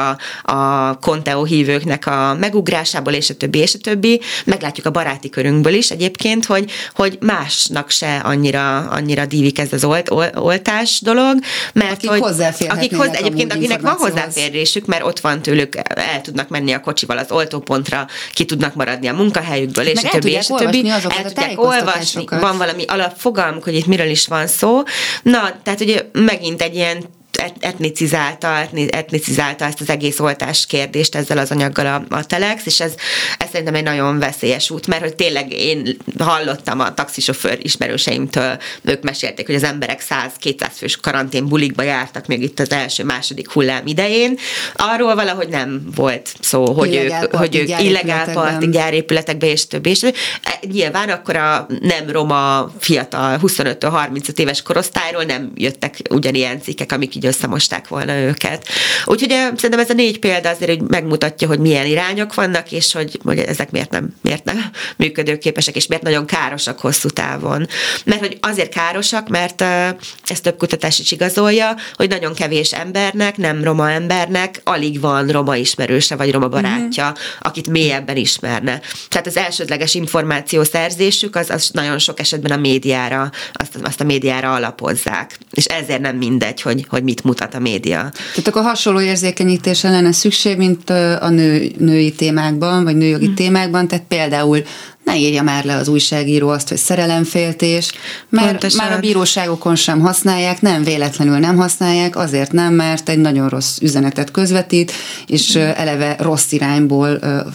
[SPEAKER 3] a Conteo hívőknek a megugrásából, és a többi, meglátjuk a baráti körünkből is egyébként, hogy másnak se annyira dívik ez az oltás dolog, mert egyébként akinek van hozzáférésük, mert ott van tőlük, el tudnak menni a kocsival az oltópontra, ki tudnak maradni a munkahelyükből, és a többi. El tudják olvasni, van valami alapfogalmuk, hogy itt miről is van szó. Na, tehát ugye megint egy ilyen etnicizálta ezt az egész oltás kérdést ezzel az anyaggal a Telex, és ez szerintem egy nagyon veszélyes út, mert hogy tényleg én hallottam a taxisofőr ismerőseimtől, ők mesélték, hogy az emberek 100-200 fős karantén bulikba jártak még itt az első-második hullám idején. Arról valahogy nem volt szó, hogy ők illegál parti gyárépületekbe és többi. Nyilván akkor a nem roma fiatal 25-35 éves korosztályról nem jöttek ugyanilyen cikkek, amik így összemosták volna őket. Úgyhogy szerintem ez a 4 példa azért, hogy megmutatja, hogy milyen irányok vannak, és hogy ezek miért nem működőképesek, és miért nagyon károsak hosszú távon. Mert hogy azért károsak, mert ez több kutatás is igazolja, hogy nagyon kevés embernek, nem roma embernek alig van roma ismerőse, vagy roma barátja, akit mélyebben ismerne. Tehát az elsődleges információszerzésük az nagyon sok esetben a médiára, azt a médiára alapozzák. És ezért nem mindegy, hogy mit mutat a média.
[SPEAKER 2] Tehát akkor hasonló érzékenyítésre lenne szükség, mint a női témákban, vagy nőjogi témákban, tehát például ne írja már le az újságíró azt, hogy szerelemféltés, mert pontosan. Már a bíróságokon sem használják, nem véletlenül nem használják, azért nem, mert egy nagyon rossz üzenetet közvetít, és eleve rossz irányból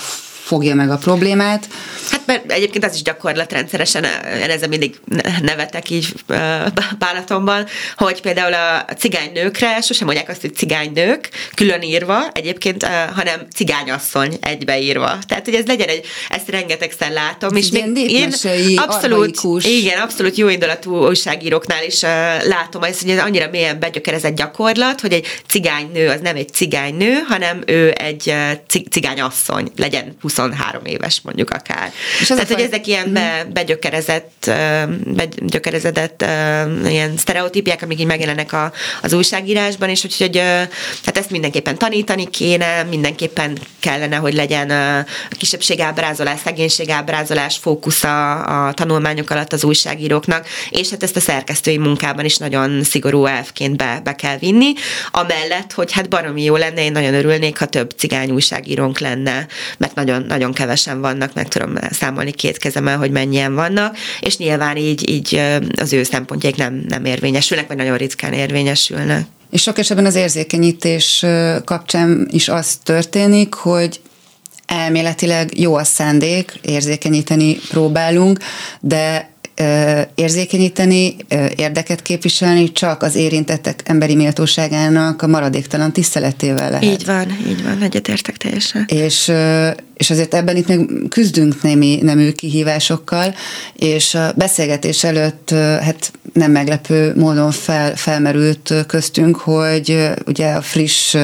[SPEAKER 2] fogja meg a problémát.
[SPEAKER 3] Hát mert egyébként az is gyakorlat rendszeresen, ezzel mindig nevetek így bánatomban, hogy például a cigánynőkre sosem mondják azt, hogy cigánynők, külön írva egyébként, hanem cigányasszony egybeírva. Tehát, hogy ez legyen ezt rengetegszer látom, és még én abszolút jó indulatú újságíróknál is látom ezt, hogy ez annyira mélyen begyökerezett gyakorlat, hogy egy cigánynő az nem egy cigánynő, hanem ő egy cigányasszony, legyen 23 éves mondjuk akár. Tehát, hogy ezek ilyen begyökerezett ilyen sztereotípiák, amik így megjelennek az újságírásban, és úgyhogy hát ezt mindenképpen tanítani kéne, mindenképpen kellene, hogy legyen kisebbségábrázolás, szegénységábrázolás fókusza a tanulmányok alatt az újságíróknak, és hát ezt a szerkesztői munkában is nagyon szigorú elvként be kell vinni, amellett, hogy hát baromi jó lenne, én nagyon örülnék, ha több cigány újságírónk lenne, mert nagyon kevesen vannak, meg tudom számolni 2 kezemmel, hogy mennyien vannak, és nyilván így az ő szempontjaik nem érvényesülnek, vagy nagyon ritkán érvényesülnek.
[SPEAKER 2] És sok esetben az érzékenyítés kapcsán is az történik, hogy elméletileg jó a szándék, érzékenyíteni próbálunk, de érzékenyíteni, érdeket képviselni csak az érintettek emberi méltóságának a maradéktalan tiszteletével lehet.
[SPEAKER 3] Így van, egyetértek teljesen.
[SPEAKER 2] És azért ebben itt még küzdünk némi nemű kihívásokkal, és a beszélgetés előtt hát nem meglepő módon felmerült köztünk, hogy ugye a friss,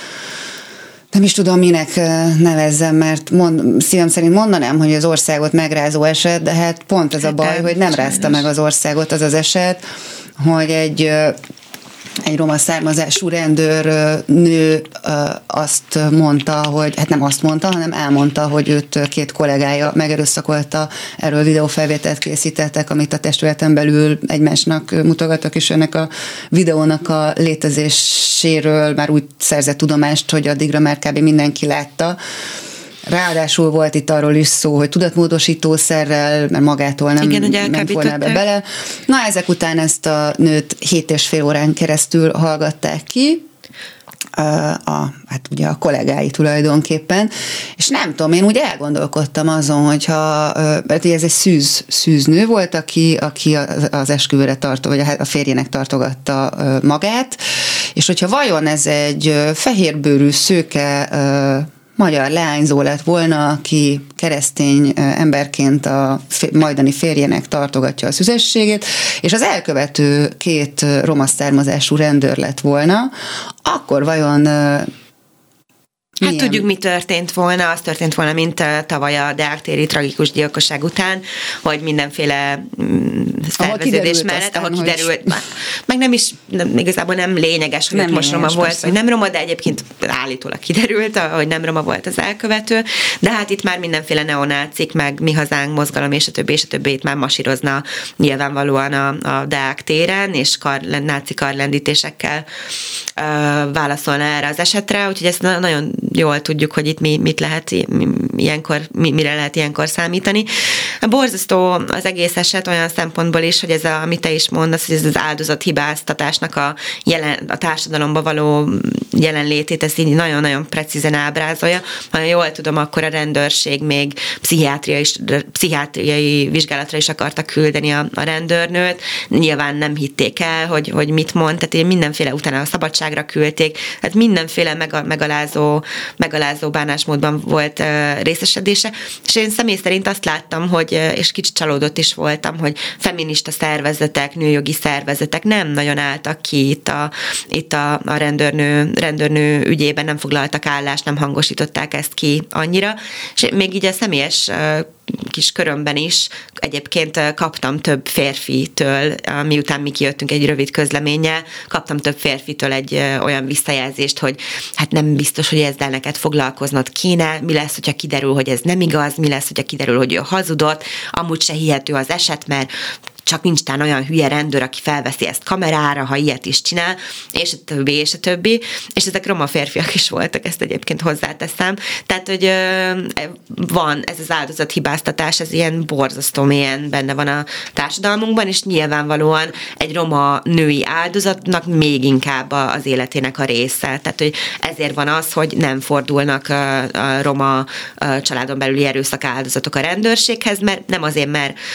[SPEAKER 2] nem is tudom, minek nevezzem, mert szívem szerint mondanám, hogy az országot megrázó eset, de hát pont ez a baj, hogy nem rázta meg az országot az eset, hogy egy roma származású rendőr nő azt mondta, hogy, hát nem azt mondta, hanem elmondta, hogy őt két kollégája megerőszakolta, erről videófelvételt készítettek, amit a testületen belül egymásnak mutogattak, és ennek a videónak a létezéséről már úgy szerzett tudomást, hogy addigra már kb. Mindenki látta. Ráadásul volt itt arról is szó, hogy tudatmódosítószerrel, mert magától nem ment volna ebbe bele. Na, ezek után ezt a nőt 7,5 órán keresztül hallgatták ki, hát ugye a kollégái tulajdonképpen, és nem tudom, én úgy elgondolkodtam azon, hogyha ez egy szűznő volt, aki az esküvőre vagy a férjének tartogatta magát, és hogyha vajon ez egy fehérbőrű, szőke magyar leányzó lett volna, aki keresztény emberként a majdani férjének tartogatja a szüzességét, és az elkövető két roma származású rendőr lett volna, akkor vajon
[SPEAKER 3] Hát tudjuk, mi történt volna. Az történt volna, mint tavaly a deák-téri tragikus gyilkosság után, hogy mindenféle szerveződés mellett, ahol kiderült, meg nem is, igazából nem lényeges, hogy nem most roma volt, vagy nem roma, de egyébként állítólag kiderült, hogy nem roma volt az elkövető, de hát itt már mindenféle neonácik, meg Mi Hazánk mozgalom, és a többi itt már masírozna nyilvánvalóan a deák téren, és náci karlendítésekkel válaszolna erre az esetre, úgyhogy ezt nagyon jól tudjuk, hogy itt mit lehet ilyenkor, mire lehet ilyenkor számítani. Borzasztó az egész eset olyan szempontból is, hogy ez amit te is mondasz, hogy ez az áldozathibáztatásnak a társadalomba való jelenlétét, ez így nagyon-nagyon precízen ábrázolja. Ha jól tudom, akkor a rendőrség még pszichiátriai vizsgálatra is akarta küldeni a rendőrnőt. Nyilván nem hitték el, hogy mit mond, tehát mindenféle utána a szabadságra küldték, tehát mindenféle megalázó bánásmódban volt részesedése, és én személy szerint azt láttam, hogy, és kicsit csalódott is voltam, hogy feminista szervezetek, nőjogi szervezetek nem nagyon álltak ki itt a rendőrnő ügyében, nem foglaltak állást, nem hangosították ezt ki annyira, és még így a személyes kis körömben is egyébként kaptam több férfitől, miután mi kijöttünk egy rövid közleménnyel, kaptam több férfitől egy olyan visszajelzést, hogy hát nem biztos, hogy ezzel neked foglalkoznod kéne, mi lesz, hogyha kiderül, hogy ez nem igaz, mi lesz, hogyha kiderül, hogy ő hazudott, amúgy se hihető az eset, mert csak nincs tán olyan hülye rendőr, aki felveszi ezt kamerára, ha ilyet is csinál, és a többi, és ezek roma férfiak is voltak, ezt egyébként hozzáteszem. Tehát, hogy van ez az áldozathibáztatás, ez ilyen borzasztó mélyen benne van a társadalmunkban, és nyilvánvalóan egy roma női áldozatnak még inkább az életének a része. Tehát, hogy ezért van az, hogy nem fordulnak a roma családon belüli erőszak áldozatok a rendőrséghez, mert nem azért,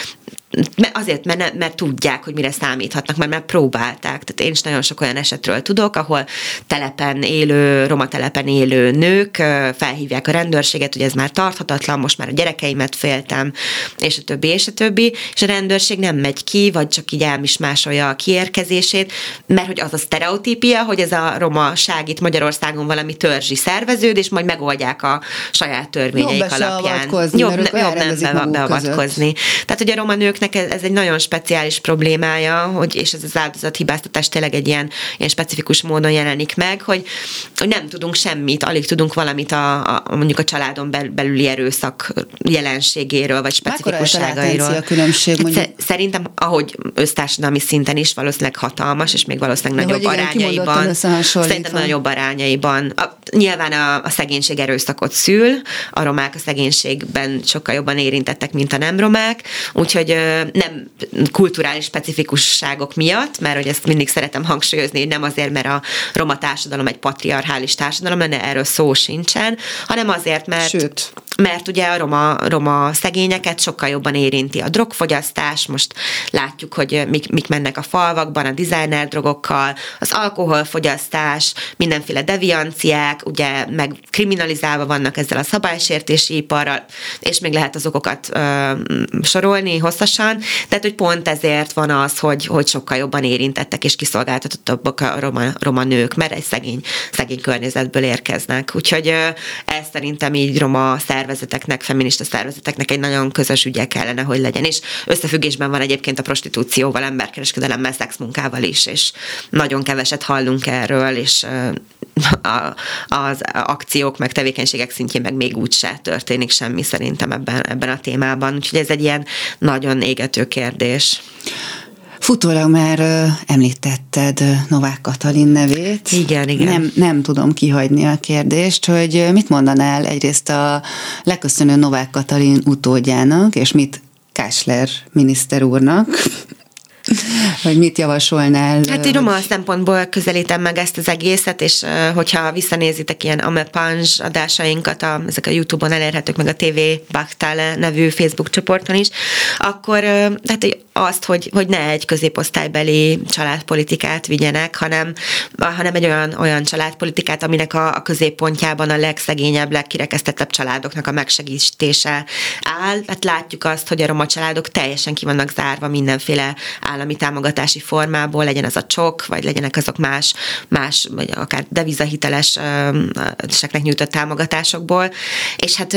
[SPEAKER 3] mert tudják, hogy mire számíthatnak, mert már próbálták. Tehát én is nagyon sok olyan esetről tudok, ahol roma telepen élő nők felhívják a rendőrséget, hogy ez már tarthatatlan, most már a gyerekeimet féltem, és a többi, és a rendőrség nem megy ki, vagy csak így elmismásolja a kiérkezését, mert hogy az a sztereotípia, hogy ez a romaság itt Magyarországon valami törzsi szerveződés, majd megoldják a saját törvényeik alapján. Jobb nem beavatkozni. Tehát, hogy a roma nőknek ez egy nagyon speciális problémája, és ez az áldozathibáztatás tényleg egy ilyen specifikus módon jelenik meg, hogy nem tudunk semmit, alig tudunk valamit mondjuk a családon belüli erőszak jelenségéről, vagy specifikusságairól.
[SPEAKER 2] Mekkora a különbség, mondjuk?
[SPEAKER 3] Szerintem, ahogy össztársadalmi szinten is valószínűleg hatalmas, és még valószínűleg nagyobb arányaiban. Szerintem nagyobb arányaiban. nyilván a szegénység erőszakot szül, a romák a szegénységben sokkal jobban érintettek, mint a nem romák, úgyhogy nem kulturális specifikusságok miatt, mert hogy ezt mindig szeretem hangsúlyozni, nem azért, mert a roma társadalom egy patriarchális társadalom lenne, erről szó sincsen, hanem azért, mert ugye a roma szegényeket sokkal jobban érinti a drogfogyasztás, most látjuk, hogy mik mennek a falvakban, a designer drogokkal, az alkoholfogyasztás, mindenféle devianciák, ugye meg kriminalizálva vannak ezzel a szabálysértési iparral, és még lehet az okokat sorolni hosszasan, tehát hogy pont ezért van az, hogy sokkal jobban érintettek és kiszolgáltatottabbak a roma nők, mert egy szegény környezetből érkeznek. Úgyhogy ez szerintem így roma szervezeteknek, feminista szervezeteknek egy nagyon közös ügye kellene, hogy legyen. És összefüggésben van egyébként a prostitúcióval, emberkereskedelemmel, szexmunkával is, és nagyon keveset hallunk erről, és az akciók meg tevékenységek szintjén meg még úgyse történik semmi szerintem ebben a témában. Úgyhogy ez egy ilyen nagyon égető kérdés.
[SPEAKER 2] Futólag már említetted Novák Katalin nevét.
[SPEAKER 3] Igen.
[SPEAKER 2] Nem tudom kihagyni a kérdést, hogy mit mondanál egyrészt a leköszönő Novák Katalin utódjának, és mit Kásler miniszter úrnak, vagy mit javasolnál?
[SPEAKER 3] Hát én roma szempontból közelítem meg ezt az egészet, és hogyha visszanézitek ilyen Amepange adásainkat, ezek a YouTube-on elérhetők, meg a TV Bachtale nevű Facebook csoporton is, akkor tehát azt, hogy ne egy középosztálybeli családpolitikát vigyenek, hanem egy olyan családpolitikát, aminek a középpontjában a legszegényebb, legkirekesztettebb családoknak a megsegítése áll. Hát látjuk azt, hogy a roma családok teljesen ki vannak zárva mindenféle állami támogatási formából, legyen az a csok, vagy legyenek azok más vagy akár devizahiteleseknek nyújtott támogatásokból, és hát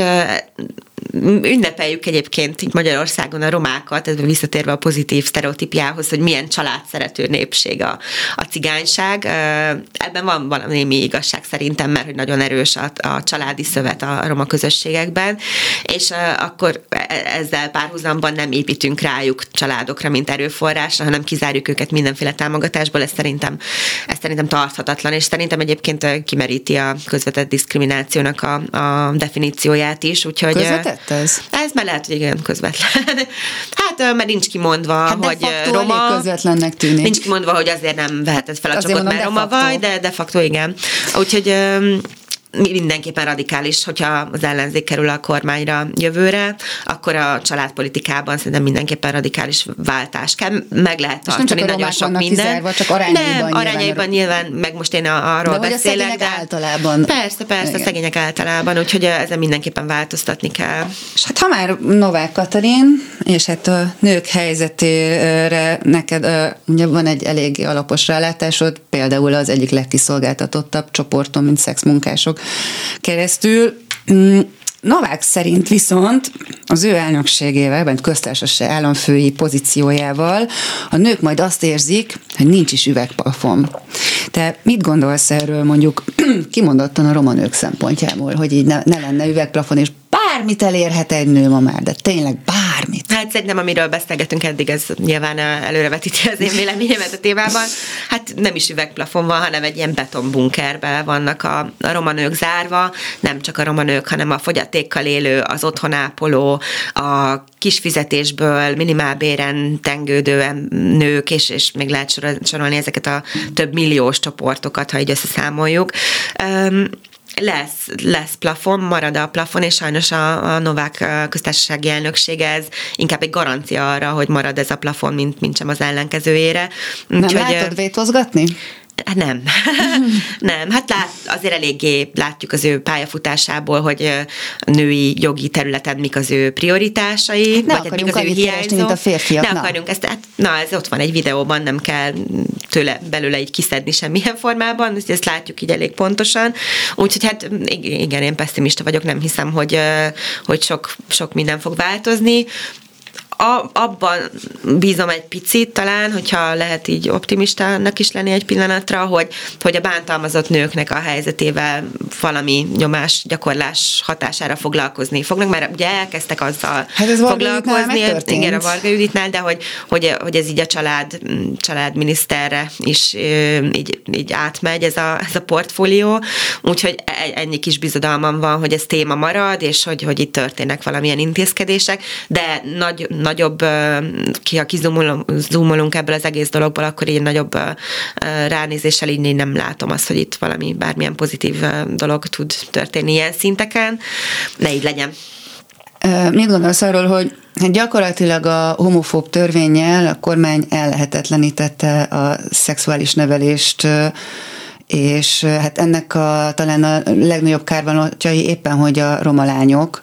[SPEAKER 3] ünnepeljük egyébként így Magyarországon a romákat, ez visszatérve a pozitív sztereotípiához, hogy milyen családszerető népség a cigányság. Ebben van valami némi igazság szerintem, mert hogy nagyon erős a családi szövet a roma közösségekben, és akkor ezzel párhuzamban nem építünk rájuk családokra, mint erőforrásra, hanem kizárjuk őket mindenféle támogatásból. Ez szerintem tarthatatlan, és szerintem egyébként kimeríti a közvetett diszkriminációnak a definícióját is, úgyhogy
[SPEAKER 2] közvetett ez?
[SPEAKER 3] Ez már lehet, hogy igen, közvetlen. Hát, mert nincs kimondva, hogy roma.
[SPEAKER 2] Közvetlennek tűnik.
[SPEAKER 3] Nincs kimondva, hogy azért nem veheted fel a csokot, mert roma vagy, de facto igen. Úgyhogy mindenképpen radikális, hogyha az ellenzék kerül a kormányra jövőre, akkor a családpolitikában szerintem mindenképpen radikális váltás kell. Meg lehet tartani nagyon sok minden.
[SPEAKER 2] Kizárva, csak
[SPEAKER 3] arányaiban nyilván, meg most én arról
[SPEAKER 2] de
[SPEAKER 3] beszélek.
[SPEAKER 2] De általában.
[SPEAKER 3] Persze, igen. A szegények általában, úgyhogy ezen mindenképpen változtatni kell.
[SPEAKER 2] És hát ha már Novák Katalin, és hát a nők helyzetére neked ugye van egy eléggé alapos rálátásod, például az egyik legkiszolgáltatottabb csoporton, mint szexmunkások keresztül. Novák szerint viszont az ő elnökségével, vagy köztársaság államfői pozíciójával a nők majd azt érzik, hogy nincs is üvegplafon. Te mit gondolsz erről mondjuk kimondottan a roma nők szempontjából, hogy így ne lenne üvegplafon, és bármit elérhet egy nő ma már, de tényleg bármit.
[SPEAKER 3] Hát szerintem, amiről beszélgetünk eddig, ez nyilván előrevetíti az én véleményemet a témában. Hát nem is üvegplafon van, hanem egy ilyen betonbunkerben vannak a roma nők zárva, nem csak a roma nők, hanem a fogyatékkal élő, az otthonápoló, a kis fizetésből minimálbéren tengődő nők, és még lehet sorolni ezeket a több milliós csoportokat, ha így összeszámoljuk. Lesz plafon, marad a plafon, és sajnos a Novák köztársasági elnöksége ez inkább egy garancia arra, hogy marad ez a plafon, mint sem az ellenkezőjére.
[SPEAKER 2] Nem látod vétózgatni?
[SPEAKER 3] Nem. Nem. Hát azért eléggé látjuk az ő pályafutásából, hogy a női jogi területen mik az ő prioritásai,
[SPEAKER 2] hát
[SPEAKER 3] vagy mik az ő hiányzó.
[SPEAKER 2] Mint a férfiak.
[SPEAKER 3] Ne akarjunk ezt, ez ott van egy videóban, nem kell belőle így kiszedni semmilyen formában, ezt látjuk így elég pontosan. Úgyhogy hát igen, én pessimista vagyok, nem hiszem, hogy sok minden fog változni. abban bízom egy picit talán, hogyha lehet így optimistának is lenni egy pillanatra, hogy a bántalmazott nőknek a helyzetével valami nyomás, gyakorlás hatására foglalkozni fognak, mert ugye elkezdtek azzal foglalkozni, igen, a Varga Juditnál, de hogy ez így a családminiszterre is így átmegy ez a portfólió, úgyhogy ennyi kis bizodalmam van, hogy ez téma marad, és hogy itt történnek valamilyen intézkedések, de nagyobb, ha kizumolunk ebből az egész dologból, akkor így nagyobb ránézéssel így nem látom azt, hogy itt bármilyen pozitív dolog tud történni ilyen szinteken. Ne így legyen.
[SPEAKER 2] Mit gondolsz arról, hogy gyakorlatilag a homofób törvénnyel a kormány ellehetetlenítette a szexuális nevelést, és hát ennek talán a legnagyobb kárvalótjai éppen, hogy a roma lányok.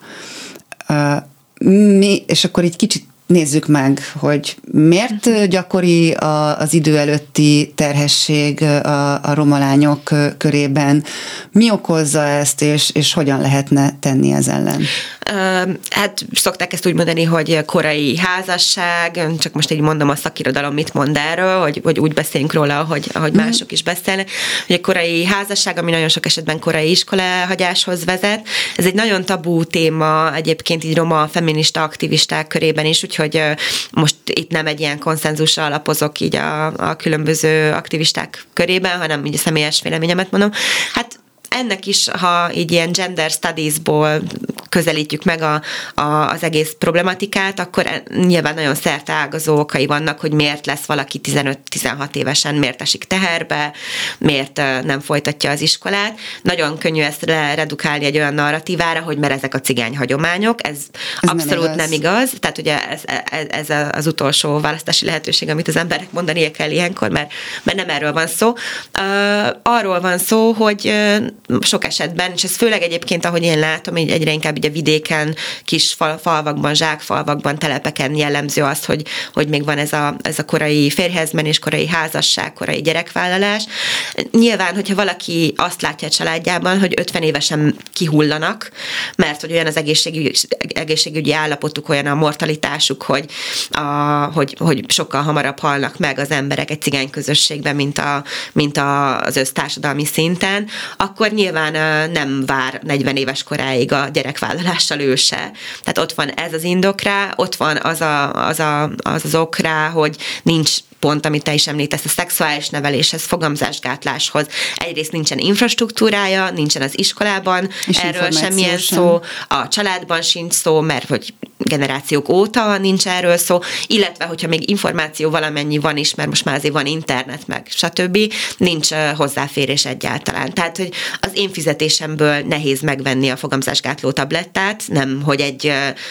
[SPEAKER 2] És akkor így kicsit nézzük meg, hogy miért gyakori az idő előtti terhesség a roma lányok körében, mi okozza ezt, és hogyan lehetne tenni ez ellen?
[SPEAKER 3] Hát szokták ezt úgy mondani, hogy korai házasság, csak most így mondom, a szakirodalom mit mond erről, hogy úgy beszéljünk róla, ahogy mások is beszélnek, hogy a korai házasság, ami nagyon sok esetben korai iskolaelhagyáshoz vezet. Ez egy nagyon tabú téma egyébként így roma feminista aktivisták körében is, úgyhogy most itt nem egy ilyen konszenzusra alapozok így a különböző aktivisták körében, hanem így a személyes véleményemet mondom. Hát ennek is, ha így ilyen gender studies-ból közelítjük meg az egész problematikát, akkor nyilván nagyon szerteágazó okai vannak, hogy miért lesz valaki 15-16 évesen, miért esik teherbe, miért nem folytatja az iskolát. Nagyon könnyű ezt redukálni egy olyan narratívára, hogy mert ezek a cigány hagyományok, ez abszolút nem igaz. Tehát ugye ez az utolsó választási lehetőség, amit az emberek mondania kell ilyenkor, mert nem erről van szó. Arról van szó, hogy sok esetben, és ez főleg egyébként, ahogy én látom, hogy egyre inkább így a vidéken, kis falvakban, zsákfalvakban, telepeken jellemző az, hogy még van ez a korai férjhezmenés, korai házasság, korai gyerekvállalás. Nyilván, hogyha valaki azt látja a családjában, hogy 50 évesen kihullanak, mert hogy olyan az egészségügyi állapotuk, olyan a mortalitásuk, hogy sokkal hamarabb halnak meg az emberek egy cigány közösségben, mint az össztársadalmi szinten, akkor nyilván nem vár 40 éves koráig a gyerekvállalással ő se. Tehát ott van ez az indok rá, ott van az ok rá, hogy nincs pont, amit te is említesz, a szexuális neveléshez, fogamzásgátláshoz. Egyrészt nincsen infrastruktúrája, nincsen az iskolában, és erről semmilyen szó, a családban sincs szó, mert hogy generációk óta nincs erről szó, illetve hogyha még információ valamennyi van is, mert most már azért van internet, meg stb., nincs hozzáférés egyáltalán. Tehát, hogy az én fizetésemből nehéz megvenni a fogamzásgátló tablettát, nem, hogy egy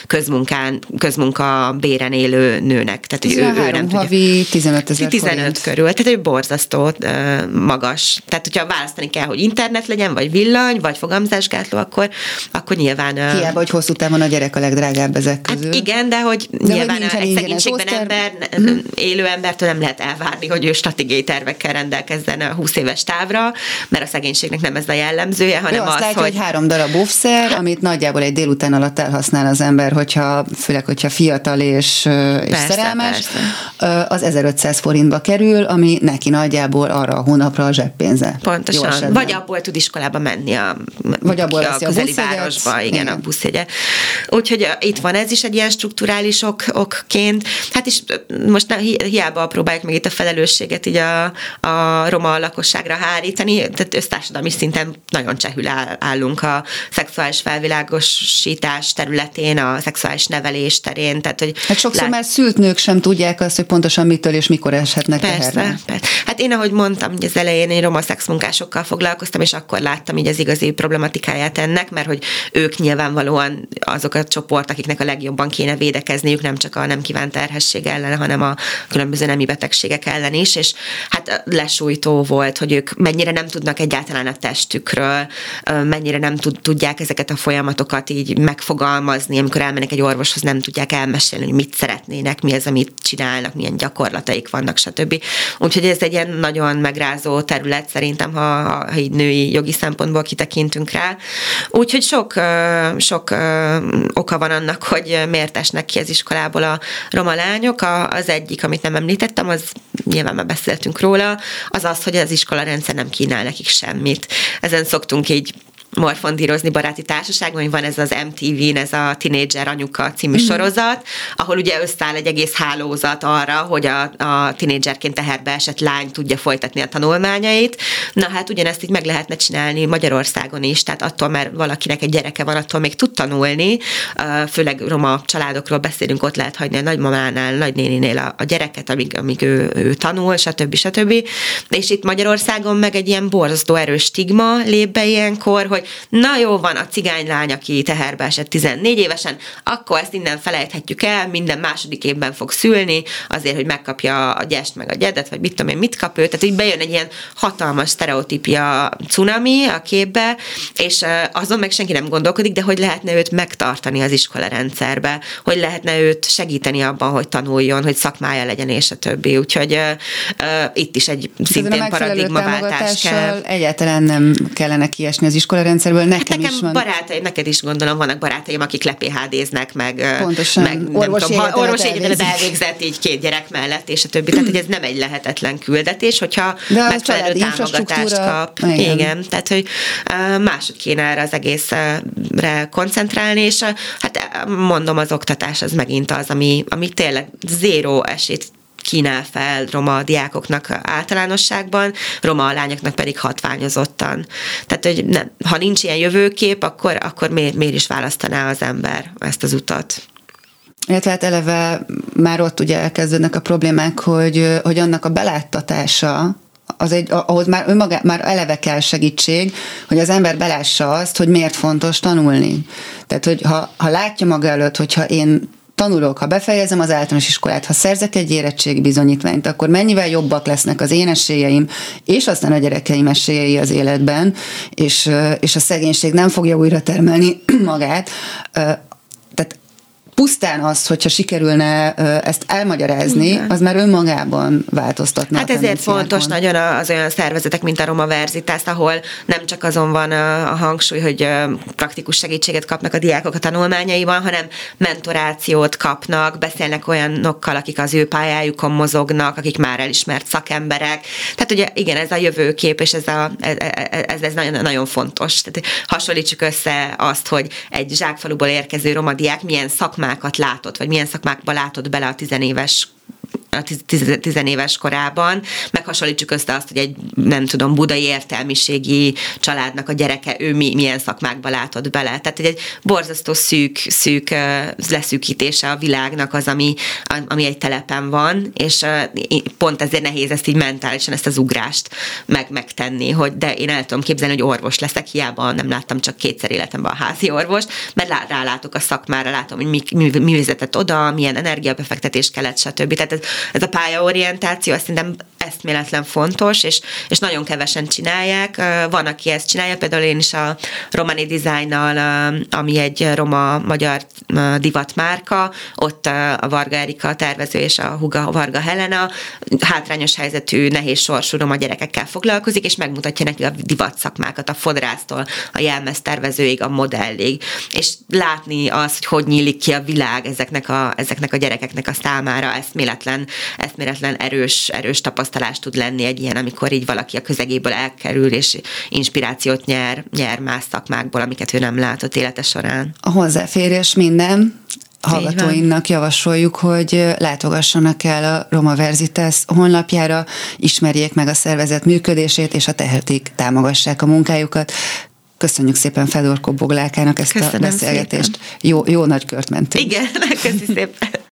[SPEAKER 3] közmunka béren élő nőnek. Tehát, ő nem
[SPEAKER 2] havi 15 000
[SPEAKER 3] 15 körül, tehát egy borzasztó magas. Tehát, hogyha választani kell, hogy internet legyen, vagy villany, vagy fogamzásgátló, akkor nyilván...
[SPEAKER 2] Hiába, hogy hosszú távon a gyerek a legdrágább ezek közül.
[SPEAKER 3] Hát igen, de hogy nyilván egy szegénységben élő embertől nem lehet elvárni, hogy ő stratégiai tervekkel rendelkezzen 20 éves távra, mert a szegénységnek nem ez a jellemzője, hanem az,
[SPEAKER 2] látja, hogy 3 darab óvszer, amit nagyjából egy délután alatt elhasznál az ember, főleg, hogyha fiatal és szerelmes, az 1500 forintba kerül, ami neki nagyjából arra a hónapra a zseppénze.
[SPEAKER 3] Pontosan. Vagy abból tud iskolába menni
[SPEAKER 2] vagy abból
[SPEAKER 3] a közeli városba, igen, a buszjegye. Úgyhogy itt van ez is egy ilyen strukturális okként. Hát is most hiába próbáljuk meg itt a felelősséget így a roma lakosságra hárítani, tehát össztársadalmi szinten nagyon csehül állunk a szexuális felvilágosítás területén, a szexuális nevelés terén. Tehát, hogy
[SPEAKER 2] hát sokszor már szült nők sem tudják azt, hogy pontosan mitől és mikor eshetnek teherbe.
[SPEAKER 3] Persze. Hát én, ahogy mondtam, hogy az elején én roma szexmunkásokkal foglalkoztam, és akkor láttam így az igazi problematikáját ennek, mert hogy ők nyilvánvalóan azok a csoport, akiknek a legjobban kéne védekezniük, nem csak a nem kívánt terhesség ellen, hanem a különböző nemi betegségek ellen is, és hát lesújtó volt, hogy ők mennyire nem tudnak egyáltalán a testükről, mennyire nem tudják ezeket a folyamatokat így megfogalmazni, amikor elmennek egy orvoshoz, nem tudják elmesélni, hogy mit szeretnének, mi az, amit csinálnak, milyen gyakorlataik szakembereik vannak, stb. Úgyhogy ez egy ilyen nagyon megrázó terület szerintem, ha így női jogi szempontból kitekintünk rá. Úgyhogy sok oka van annak, hogy miért esnek ki az iskolából a roma lányok. Az egyik, amit nem említettem, az nyilván már beszéltünk róla, az, hogy az iskolarendszer nem kínál nekik semmit. Ezen szoktunk így morfondírozni baráti társaságban, hogy van ez az MTV-n, ez a Tínédzser anyuka című sorozat, ahol ugye összeáll egy egész hálózat arra, hogy a tínédzserként teherbe esett lány tudja folytatni a tanulmányait. Na hát ugyanezt így meg lehetne csinálni Magyarországon is, tehát attól, mert valakinek egy gyereke van, attól még tud tanulni, főleg roma családokról beszélünk, ott lehet hagyni a nagymamánál, nagynéninél a gyereket, amíg ő tanul, stb. És itt Magyarországon meg egy ilyen borzasztó erős stigma lép be ilyenkor, hogy na jó, van a cigánylány, aki teherbe esett 14 évesen, akkor ezt innen felejthetjük el, minden második évben fog szülni, azért, hogy megkapja a gyest meg a gyedet, vagy mit tudom én, mit kap ő. Tehát így bejön egy ilyen hatalmas sztereotípia cunami a képbe, és azon meg senki nem gondolkodik, de hogy lehetne őt megtartani az iskolarendszerbe, hogy lehetne őt segíteni abban, hogy tanuljon, hogy szakmája legyen, és a többi. Úgyhogy itt is egy szintén paradigmaváltás kell.
[SPEAKER 2] Egyáltalán nem kellene kiesni az iskolarendszerből, nekem is van.
[SPEAKER 3] Barátaim, neked is gondolom, vannak barátaim, akik le-PhD-znek, meg
[SPEAKER 2] orvosi
[SPEAKER 3] egyetemet elvégzett így 2 gyerek mellett, és a többi. Tehát, hogy ez nem egy lehetetlen küldetés, hogyha megfelelő támogatást kap. Igen, tehát, hogy máshogy kéne erre az egészre koncentrálni, és hát mondom, az oktatás az megint az, ami tényleg zéró esélyt kínál fel roma diákoknak általánosságban, roma lányoknak pedig hatványozottan. Tehát, hogy ha nincs ilyen jövőkép, akkor miért is választaná az ember ezt az utat?
[SPEAKER 2] Illetve hát eleve már ott ugye elkezdődnek a problémák, hogy annak a beláttatása, ahhoz már eleve kell segítség, hogy az ember belássa azt, hogy miért fontos tanulni. Tehát, hogy ha látja maga előtt, hogyha én tanulok, ha befejezem az általános iskolát, ha szerzek egy érettségi bizonyítványt, akkor mennyivel jobbak lesznek az én esélyeim, és aztán a gyerekeim esélyei az életben, és a szegénység nem fogja újra termelni magát. Tehát pusztán az, hogyha sikerülne ezt elmagyarázni, igen, az már önmagában változtatna.
[SPEAKER 3] Hát ezért fontos nagyon az olyan szervezetek, mint a Roma Verzitas, ahol nem csak azon van a hangsúly, hogy praktikus segítséget kapnak a diákok a tanulmányaiban, hanem mentorációt kapnak, beszélnek olyanokkal, akik az ő pályájukon mozognak, akik már elismert szakemberek. Tehát ugye igen, ez a jövőkép, és ez nagyon, nagyon fontos. Tehát hasonlítsuk össze azt, hogy egy zsákfaluból érkező roma diák milyen szakmákat látott, vagy milyen szakmákba látott bele a 10 éves korában, meghasonlítsuk össze azt, hogy egy, nem tudom, budai értelmiségi családnak a gyereke, ő milyen szakmákba látott bele. Tehát, hogy egy borzasztó szűk leszűkítése a világnak az, ami egy telepen van, és pont ezért nehéz ezt így mentálisan, ezt az ugrást megtenni, hogy de én el tudom képzelni, hogy orvos leszek, hiába nem láttam csak 2-szer életemben a házi orvost, mert rálátok a szakmára, látom, hogy mi vezetett oda, milyen energiabefektetés kellett, stb. Tehát ez a pályaorientáció, azt szerintem eszméletlen fontos, és nagyon kevesen csinálják. Van, aki ezt csinálja, például én is a Romani Designnal, ami egy roma-magyar divatmárka, ott a Varga Erika tervező és a húga Varga Helena hátrányos helyzetű, nehéz sorsú roma gyerekekkel foglalkozik, és megmutatja neki a divatszakmákat, a fodrásztól, a jelmeztervezőig, a modellig, és látni azt, hogy nyílik ki a világ ezeknek a gyerekeknek a számára, eszméletlen erős tapasztalás tud lenni egy ilyen, amikor így valaki a közegéből elkerül, és inspirációt nyer más szakmákból, amiket ő nem látott élete során.
[SPEAKER 2] A hozzáférés minden. Hallgatóinknak javasoljuk, hogy látogassanak el a Roma Verzitas honlapjára, ismerjék meg a szervezet működését, és ha tehetik, támogassák a munkájukat. Köszönjük szépen Fedorko Boglárkának ezt a beszélgetést. Jó nagy kört mentünk.
[SPEAKER 3] Igen, köszi szépen.